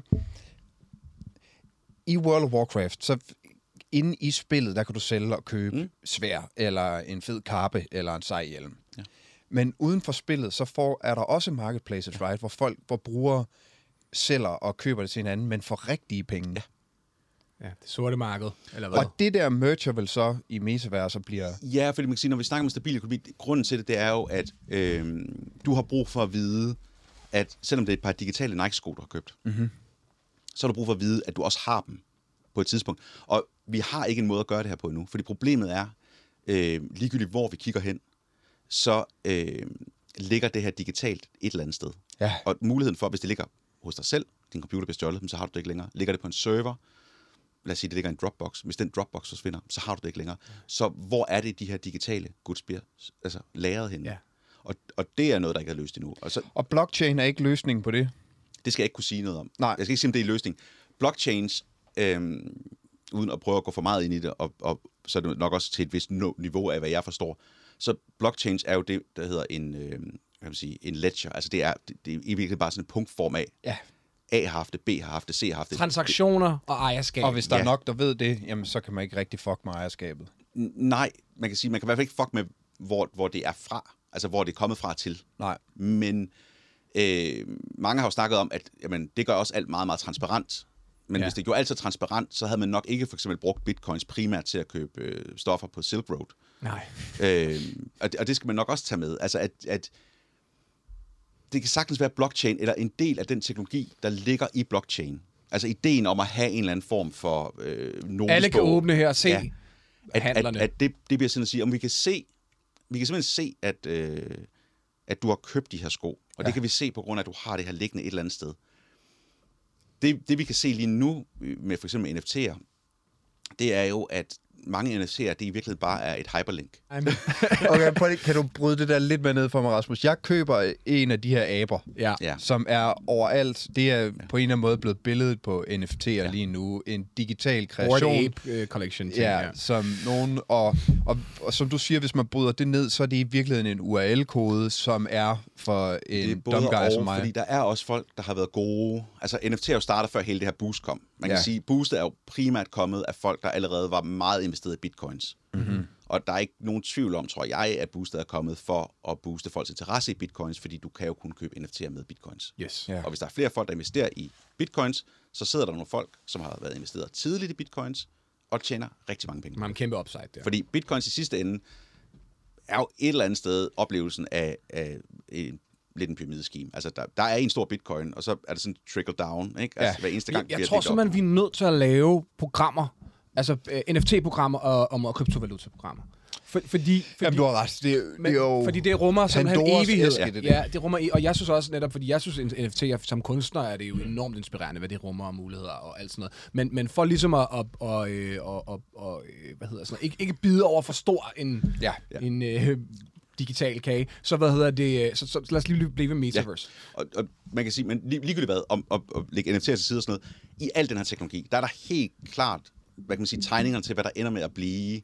I World of Warcraft, så inde i spillet, der kan du sælge og købe mm. svær, eller en fed kappe, eller en sej hjelm. Ja. Men uden for spillet, så får, er der også marketplaces, right? Hvor folk, hvor brugere sælger og køber det til hinanden, men for rigtige penge. Ja. Ja, det sorte marked, eller hvad? Og det der merger vel så i metaverser bliver... Ja, fordi man kan sige, når vi snakker om stabil økonomi, grunden til det, det er jo, at øh, du har brug for at vide, at selvom det er et par digitale Nike-sko, du har købt, mm-hmm. så har du brug for at vide, at du også har dem på et tidspunkt. Og vi har ikke en måde at gøre det her på endnu, fordi problemet er, øh, ligegyldigt hvor vi kigger hen, så øh, ligger det her digitalt et eller andet sted. Ja. Og muligheden for, hvis det ligger hos dig selv, din computer bliver stjålet, så har du det ikke længere. Ligger det på en server, lad os sige, det ligger i en Dropbox. Hvis den Dropbox forsvinder, så har du det ikke længere. Så hvor er det, de her digitale goods bliver altså, lagret henne? Ja. Og, og det er noget, der ikke er løst endnu. Og, så, og blockchain er ikke løsningen på det? Det skal jeg ikke kunne sige noget om. Nej. Jeg skal ikke sige, om det er løsning. Blockchains, øhm, uden at prøve at gå for meget ind i det, og, og så er det nok også til et vist niveau af, hvad jeg forstår. Så blockchains er jo det, der hedder en, øh, kan man sige, en ledger. Altså det er, det, det er i virkeligheden bare sådan en punktform af. Ja. A har haft det, B har haft det, C har haft det. Transaktioner og ejerskab. Og hvis der ja. er nok, der ved det, jamen så kan man ikke rigtig fuck med ejerskabet. N- nej, man kan sige, man kan i hvert fald ikke fuck med, hvor, hvor det er fra. Altså hvor det er kommet fra til. Nej. Men øh, mange har jo snakket om, at jamen, det gør også alt meget, meget transparent. Men ja. hvis det gjorde alt så transparent, så havde man nok ikke for eksempel brugt bitcoins primært til at købe øh, stoffer på Silk Road. Nej. Øh, og, det, og det skal man nok også tage med. Altså at, at det kan sagtens være blockchain, eller en del af den teknologi, der ligger i blockchain. Altså ideen om at have en eller anden form for øh, notesbog. Alle kan åbne her og se ja, at, handlerne. At, at det, det bliver sådan at sige, om vi kan se, vi kan simpelthen se, at, øh, at du har købt de her sko. Og ja. det kan vi se på grund af, at du har det her liggende et eller andet sted. Det, det vi kan se lige nu med for eksempel N F T'er, det er jo, at mange N F T'er, det i virkeligheden bare er et hyperlink. Okay, prøv, kan du bryde det der lidt med ned for mig, Rasmus? Jeg køber en af de her aber, ja. som er overalt. Det er ja. på en eller anden måde blevet billedet på N F T'er ja. lige nu. En digital kreation. Bored Ape uh, Collection. Ja, ja, som nogen... Og, og, og som du siger, hvis man bryder det ned, så er det i virkeligheden en U R L-kode, som er for en dumguy som mig. Fordi der er også folk, der har været gode... Altså, N F T'er jo starter før hele det her boost kom. Man ja. kan sige, boostet er jo primært kommet af folk, der allerede var meget investeret i bitcoins. Mm-hmm. Og der er ikke nogen tvivl om, tror jeg, at boostet er kommet for at booste folks interesse i bitcoins, fordi du kan jo kun købe N F T'er med bitcoins. Yes. Yeah. Og hvis der er flere folk, der investerer i bitcoins, så sidder der nogle folk, som har været investeret tidligt i bitcoins, og tjener rigtig mange penge. Man har en kæmpe upside der. Fordi bitcoins i sidste ende er jo et eller andet sted oplevelsen af, af en, lidt en pyramideskeme. Altså, der, der er en stor bitcoin, og så er det sådan trickle down, ikke? Altså, ja. hver eneste gang jeg jeg tror simpelthen, vi er nødt til at lave programmer, altså uh, N F T-programmer og, og, og kryptovaluta-programmer. For, fordi, fordi, Jamen, du har ret. Det, men, det er jo fordi det rummer simpelthen evighed. Ja, det, ja, det rummer e- og jeg synes også netop, fordi jeg synes, at N F T'er som kunstner er det jo enormt inspirerende, hvad det rummer og muligheder og alt sådan noget. Men, men for ligesom at, at, at, at, at, at hvad hedder sådan noget, ikke, ikke bide over for stor en, ja, ja. en øh, digital kage, så hvad hedder det, så, så lad os lige blive ved Metaverse. Ja. Og, og man kan sige, men lig, ligegyldigt hvad, om at lægge N F T'er til side og sådan noget, i al den her teknologi, der er der helt klart, hvad kan man sige, tegningerne til, hvad der ender med at blive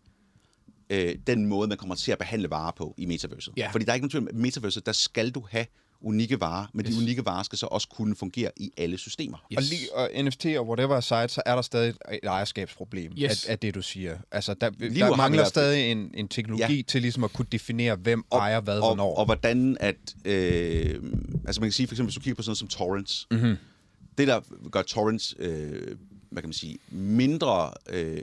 øh, den måde, man kommer til at behandle varer på i metaverset. Ja. Fordi der er ikke nogen tvivl om, metaverset, der skal du have unikke varer, men yes. de unikke varer skal så også kunne fungere i alle systemer. Yes. Og, lige, og N F T og whatever aside, så er der stadig et ejerskabsproblem yes. af, af det, du siger. Altså, der, der mangler stadig en, en teknologi ja. til ligesom at kunne definere, hvem og, ejer hvad, og, hvornår. Og, og hvordan at... Øh, altså man kan sige, for eksempel, hvis du kigger på sådan noget som torrents. Mm-hmm. Det, der gør torrents, øh, hvad kan man sige, mindre... Øh,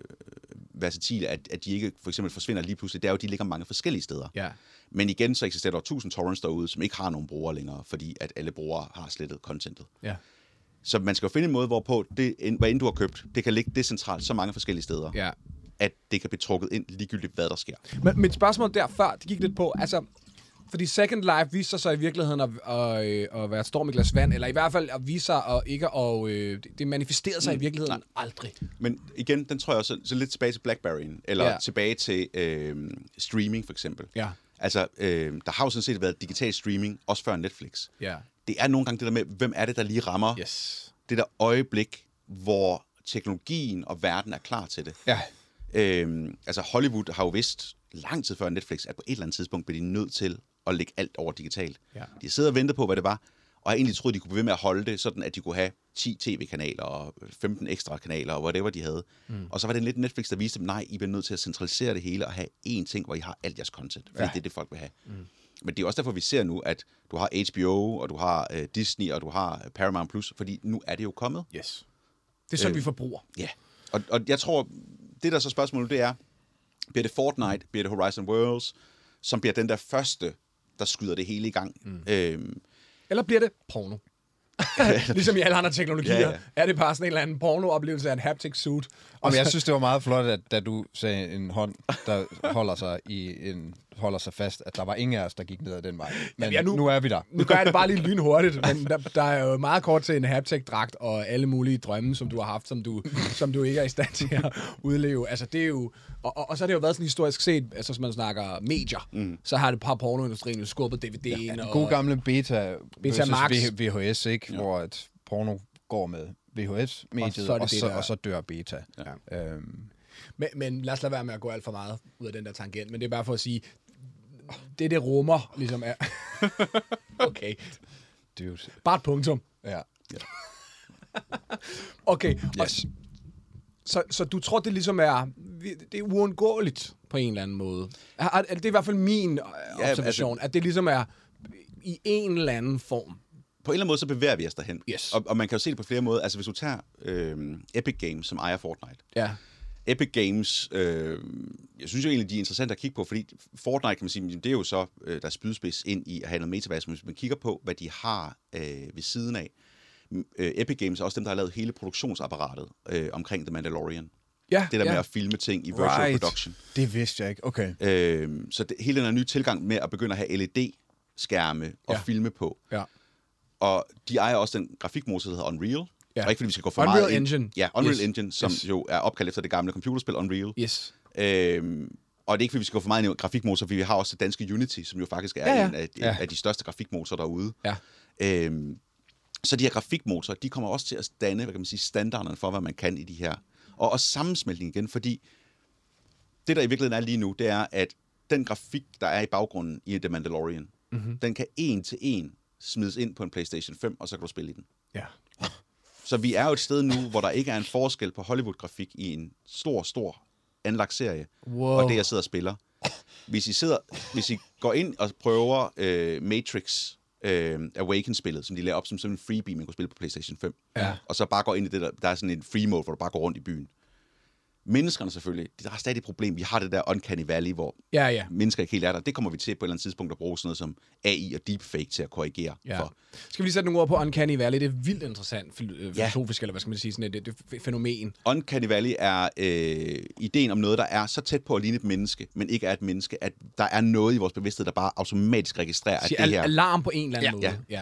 versatile, at, at de ikke for eksempel forsvinder lige pludselig, det er jo, at de ligger mange forskellige steder. Ja. Men igen, så eksisterer der tusind torrents derude, som ikke har nogen brugere længere, fordi at alle brugere har slettet contentet. Ja. Så man skal jo finde en måde, hvorpå det, hvad end du har købt, det kan ligge decentralt så mange forskellige steder, ja. at det kan blive trukket ind ligegyldigt, hvad der sker. Men mit spørgsmål der før, det gik lidt på, altså, fordi Second Life viste sig i virkeligheden at, at, at være et storm i glas vand, eller i hvert fald at vise sig at ikke at, øh, det manifesterede sig mm, i virkeligheden nej. aldrig. Men igen, den tror jeg også, så lidt tilbage til BlackBerry'en, eller ja. tilbage til øh, streaming for eksempel. Ja. Altså, øh, der har jo sådan set været digital streaming, også før Netflix. Ja. Det er nogle gange det der med, hvem er det, der lige rammer yes. det der øjeblik, hvor teknologien og verden er klar til det. Ja. Øhm, altså Hollywood har jo vidst lang tid før Netflix, at på et eller andet tidspunkt bliver de nødt til at lægge alt over digitalt. Ja. De sidder og venter på, hvad det var, og har egentlig troet, de kunne blive ved med at holde det, sådan at de kunne have ti tv-kanaler og femten ekstra kanaler og whatever de havde. Mm. Og så var det lidt Netflix, der viste dem, nej, I bliver nødt til at centralisere det hele og have én ting, hvor I har alt jeres content. Fordi ja. det er det, folk vil have. Mm. Men det er også derfor, vi ser nu, at du har H B O, og du har uh, Disney, og du har Paramount Plus, fordi nu er det jo kommet. Yes. Det er sådan, øh, vi forbruger. Ja. Og, og jeg tror, det der så spørgsmålet, det er, bliver det Fortnite, bliver det Horizon Worlds, som bliver den der første, der skyder det hele i gang. Mm. Øhm, Eller bliver det porno? Ligesom i alle andre teknologier. Ja, ja. Er det bare sådan en eller anden porno-oplevelse af en haptic suit? Og jeg synes, det var meget flot, at da du sagde en hånd, der holder sig i en holder sig fast, at der var ingen af os, der gik ned ad den vej. Men ja, nu, nu er vi der. Nu gør jeg det bare lige lynhurtigt, men der, der er jo meget kort til en haptic-dragt og alle mulige drømme, som du har haft, som du, som du ikke er i stand til at udleve. Altså, det er jo... Og, og, og så har det jo været sådan historisk set, altså, hvis man snakker medier, mm. så har det par pornoindustrien jo skubbet D V D'en. Ja, den gode gamle beta, beta Max. V H S, ikke? Ja. Hvor et porno går med V H S-mediet, og, og, så, og så dør beta. Ja. Øhm. Men, men lad os lade være med at gå alt for meget ud af den der tangent, men det er bare for at sige, det det rummer, ligesom er... Okay. Dude. Bare et punktum. Ja. ja. Okay. Yes. Og, så, så du tror, det ligesom er... Det er uundgåeligt på en eller anden måde. Er, er det er i hvert fald min observation, ja, altså, at det ligesom er i en eller anden form. På en eller anden måde, så bevæger vi os derhen. Yes. Og, og man kan jo se det på flere måder. Altså, hvis du tager øh, Epic Games, som ejer Fortnite. Ja. Epic Games, øh, jeg synes jo egentlig, de er interessante at kigge på, fordi Fortnite, kan man sige, det er jo så, øh, der er spydspids ind i at have noget metaverse, men hvis man kigger på, hvad de har øh, ved siden af. Øh, Epic Games er også dem, der har lavet hele produktionsapparatet øh, omkring The Mandalorian. Ja, det der ja. med at filme ting i virtual right. production. Det vidste jeg ikke, okay. Øh, så det, hele den her nye tilgang med at begynde at have L E D-skærme og ja. filme på. Ja. Og de ejer også den grafikmotor, der hedder Unreal. Ja. Og ikke fordi vi skal gå for Unreal meget Engine. ind. Ja, Unreal yes. Engine, som yes. jo er opkaldt efter det gamle computerspil Unreal. Yes. Øhm, og det er ikke fordi vi skal gå for meget ind i grafikmotor, fordi vi har også det danske Unity, som jo faktisk er ja, ja. en af, ja. af de største grafikmotorer derude. Ja. Øhm, så de her grafikmotorer, de kommer også til at danne, hvad kan man sige, standarderne for, hvad man kan i de her. Og også sammensmeltning igen, fordi det, der i virkeligheden er lige nu, det er, at den grafik, der er i baggrunden i The Mandalorian, mm-hmm. den kan en til en smides ind på en PlayStation fem, og så kan du spille i den. Ja. Så vi er jo et sted nu, hvor der ikke er en forskel på Hollywood-grafik i en stor, stor anlagt serie, wow. og det, jeg sidder og spiller. Hvis I, sidder, hvis I går ind og prøver øh, Matrix øh, Awaken-spillet, som de laver op som sådan en freebie, man kunne spille på PlayStation fem, ja. og så bare går ind i det der, der er sådan en free mode, hvor du bare går rundt i byen. Menneskerne selvfølgelig, der er stadig et problem. Vi har det der Uncanny Valley, hvor ja, ja. mennesker ikke helt er der. Det kommer vi til på et eller andet tidspunkt at bruge sådan noget som A I og deepfake til at korrigere ja. for. Skal vi lige sætte nogle ord på Uncanny Valley? Det er vildt interessant filosofisk, ja. eller hvad skal man sige, sådan et, et fænomen. Uncanny Valley er øh, ideen om noget, der er så tæt på at ligne et menneske, men ikke er et menneske, at der er noget i vores bevidsthed, der bare automatisk registrerer, at det her... alarm på en eller anden ja, måde. Ja.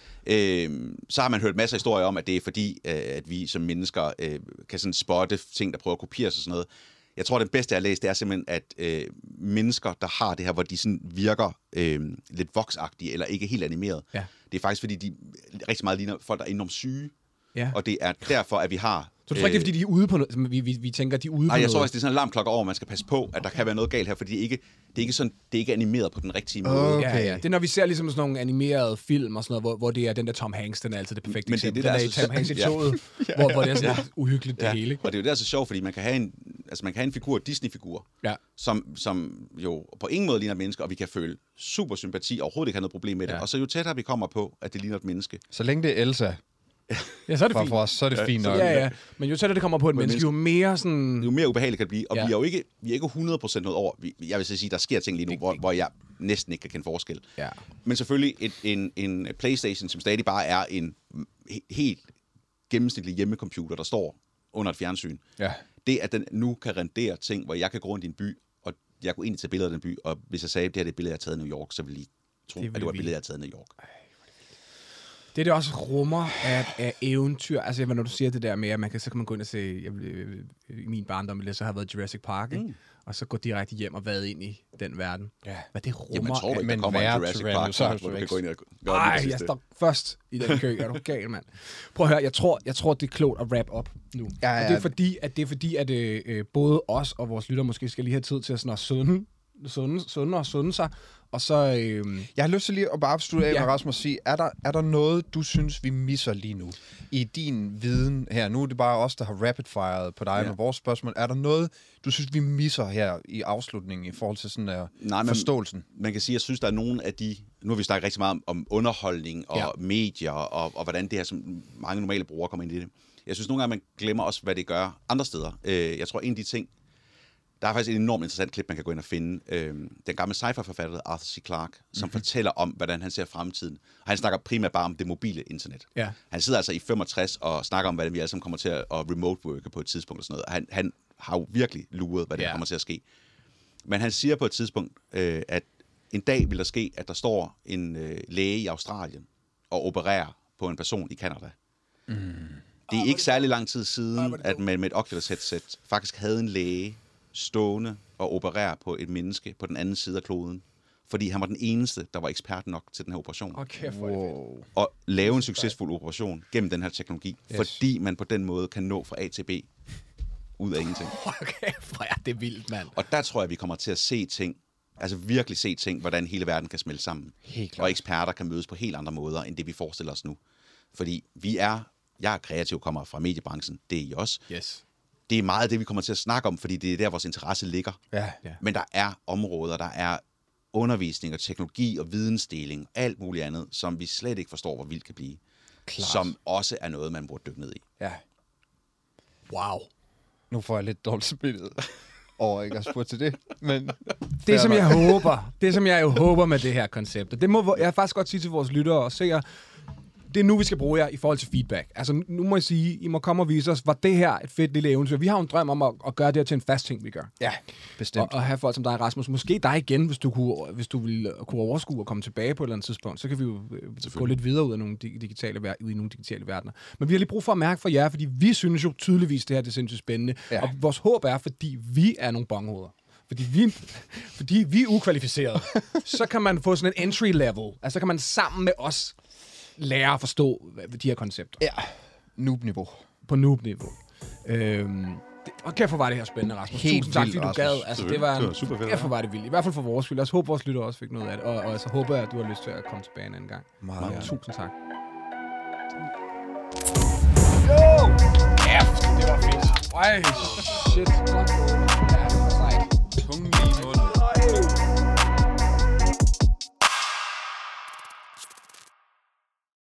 Øhm, så har man hørt masser af historier om, at det er fordi, øh, at vi som mennesker øh, kan sådan spotte ting, der prøver at kopiere sig og sådan noget. Jeg tror, det bedste, jeg har læst, det er simpelthen, at øh, mennesker, der har det her, hvor de sådan virker øh, lidt voksagtige, eller ikke helt animeret, ja. det er faktisk, fordi de rigtig meget ligner folk, der er enormt syge. Ja. Og det er derfor, at vi har... Så du tror ikke, det er, fordi de er ude på noget? Vi, vi, vi tænker, de er ude nej, på noget? Nej, jeg tror også, det er sådan en alarmklokke over, man skal passe på, at der okay. kan være noget galt her, fordi det er ikke, det er ikke, sådan, det er ikke animeret på den rigtige måde. Okay. Ja, ja. Det er, når vi ser ligesom sådan nogle animerede film og sådan noget, hvor, hvor det er den der Tom Hanks, den er altid det perfekte men det, eksempel. det, den der er i Tom Hanks i ja. toget, ja. hvor, hvor det er sådan lidt uhyggeligt ja. det hele. Og det er jo det, der er så sjovt, fordi man kan have en, altså man kan have en figur, Disney-figur, ja. som, som jo på ingen måde ligner et menneske, og vi kan føle super sympati, overhovedet ikke have noget problem med det. Ja. Og så jo tættere vi kommer på, at det ligner et menneske. Så længe det er Elsa... Ja, så er det fint. For os, så er det ja, fint nok. Ja, ja. Men jo tættere det kommer på et menneske, menneske, jo mere sådan... Jo mere ubehageligt kan det blive. Og ja. vi er jo ikke, vi er ikke hundrede procent noget over. Vi, jeg vil så sige, der sker ting lige nu, hvor, hvor jeg næsten ikke kan kende forskel. Ja. Men selvfølgelig et, en, en PlayStation, som stadig bare er en helt gennemsnitlig hjemmecomputer, der står under et fjernsyn. Ja. Det, at den nu kan rendere ting, hvor jeg kan gå rundt i en by, og jeg går ind og tage billeder af den by, og hvis jeg sagde, at det her er et billede, jeg har taget i New York, så ville I tro, det at det var et billede, jeg har taget i New York. Det, det også rummer af, af eventyr. Altså, når du siger det der med, at man kan, så kan man gå ind og se... Jeg, I min barndom ville det så have været Jurassic Park, ikke? Mm. og så gå direkte hjem og vade ind i den verden. Ja. Hvad det rummer. Jamen, tror du ikke, men der kommer en være Jurassic Tyrannosaurus Park, hvor du kan Rex. gå ind og gøre Nej, det jeg sidste? står først i den kø. Er du gal, mand? Prøv at høre, jeg tror, jeg tror, det er klogt at wrap op nu. Ja, ja. Og det er fordi, at det er fordi, at øh, både os og vores lytter måske skal lige have tid til at sådan at sunde, sunde, sunde og sunde sig. Og så... Øh, Jeg har lyst til lige at bare slutte af Ja. med Rasmus og sige, er der, er der noget, du synes, vi misser lige nu i din viden her? Nu er det bare os, der har rapid-fired på dig Ja. med vores spørgsmål. Er der noget, du synes, vi misser her i afslutningen i forhold til sådan der Nej, men- forståelsen? Man kan sige, at jeg synes, der er nogle af de... Nu har vi snakket rigtig meget om, om underholdning og Ja. ja. medier, og, og hvordan det her, som mange normale brugere kommer ind i det. Jeg synes nogle gange, man glemmer også, hvad det gør andre steder. Øh, jeg tror, en af de ting... Der er faktisk et enormt interessant klip, man kan gå ind og finde. Øh, den gamle sci-fi-forfatter Arthur C. Clarke, som mm-hmm. fortæller om, hvordan han ser fremtiden. Og han snakker primært bare om det mobile internet. Ja. Han sidder altså i femogtres og snakker om, hvordan vi alle sammen kommer til at remote-worke på et tidspunkt og sådan noget. Han, han har jo virkelig luret, hvad der Ja. kommer til at ske. Men han siger på et tidspunkt, øh, at en dag vil der ske, at der står en øh, læge i Australien og opererer på en person i Canada. Mm. Det er ikke særlig lang tid siden, at man med et Oculus headset faktisk havde en læge stående og operere på et menneske på den anden side af kloden, fordi han var den eneste, der var ekspert nok til den her operation. okay, for wow. Og lave en succesfuld operation gennem den her teknologi, Yes. fordi man på den måde kan nå fra A til B ud af ingenting. Okay, for ja, det er vildt, mand. Og der tror jeg, vi kommer til at se ting, altså virkelig se ting, hvordan hele verden kan smelte sammen. Helt klart. Og eksperter kan mødes på helt andre måder, end det vi forestiller os nu. Fordi vi er, jeg er kreativ, kommer fra mediebranchen, det er I også. Yes. Det er meget det, vi kommer til at snakke om, fordi det er der, vores interesse ligger. Ja. Ja. Men der er områder, der er undervisning og teknologi og vidensdeling, alt muligt andet, som vi slet ikke forstår, hvor vildt kan blive. Klart. Som også er noget, man burde dykke ned i. Ja. Wow. Nu får jeg lidt dårligt samvittighed over ikke at spurgt til det, men... Det, som jeg håber, det, som jeg jo håber med det her koncept, og det må jeg faktisk godt sige til vores lyttere og seere, det er nu, vi skal bruge jer i forhold til feedback. Altså, nu må jeg sige, I må komme og vise os, var det her et fedt lille eventyr. Vi har jo en drøm om at, at gøre det her til en fast ting, vi gør. Ja, bestemt. Og, og have folk som dig, Rasmus. Måske dig igen, hvis du kunne, hvis du ville kunne overskue og komme tilbage på et eller andet tidspunkt. Så kan vi jo øh, gå lidt videre ud af nogle digitale, ver- ud i nogle digitale verdener. Men vi har lige brug for at mærke for jer, fordi vi synes jo tydeligvis, det her det er sindssygt spændende. Ja. Og vores håb er, fordi vi er nogle bonghoveder. Fordi vi, fordi vi er ukvalificerede. Så kan man få sådan en entry level. Altså, så kan man sammen med os lære at forstå de her koncepter. Ja, noob-niveau. På noob-niveau. Øhm, det, og kæft, var det her spændende, Rasmus. Helt Tusind tak, vildt, fordi du Rasmus. gad. Altså, det var, Det var super fedt, kæft, var det vildt. I hvert fald for vores skyld. Lad os håbe, vores lytter også fik noget af det. Og, og så håber jeg, at du har lyst til at komme tilbage en anden gang. Meget gerne. Tusind tak. Yo! Kæft, det var fedt. Ej, shit. Godt.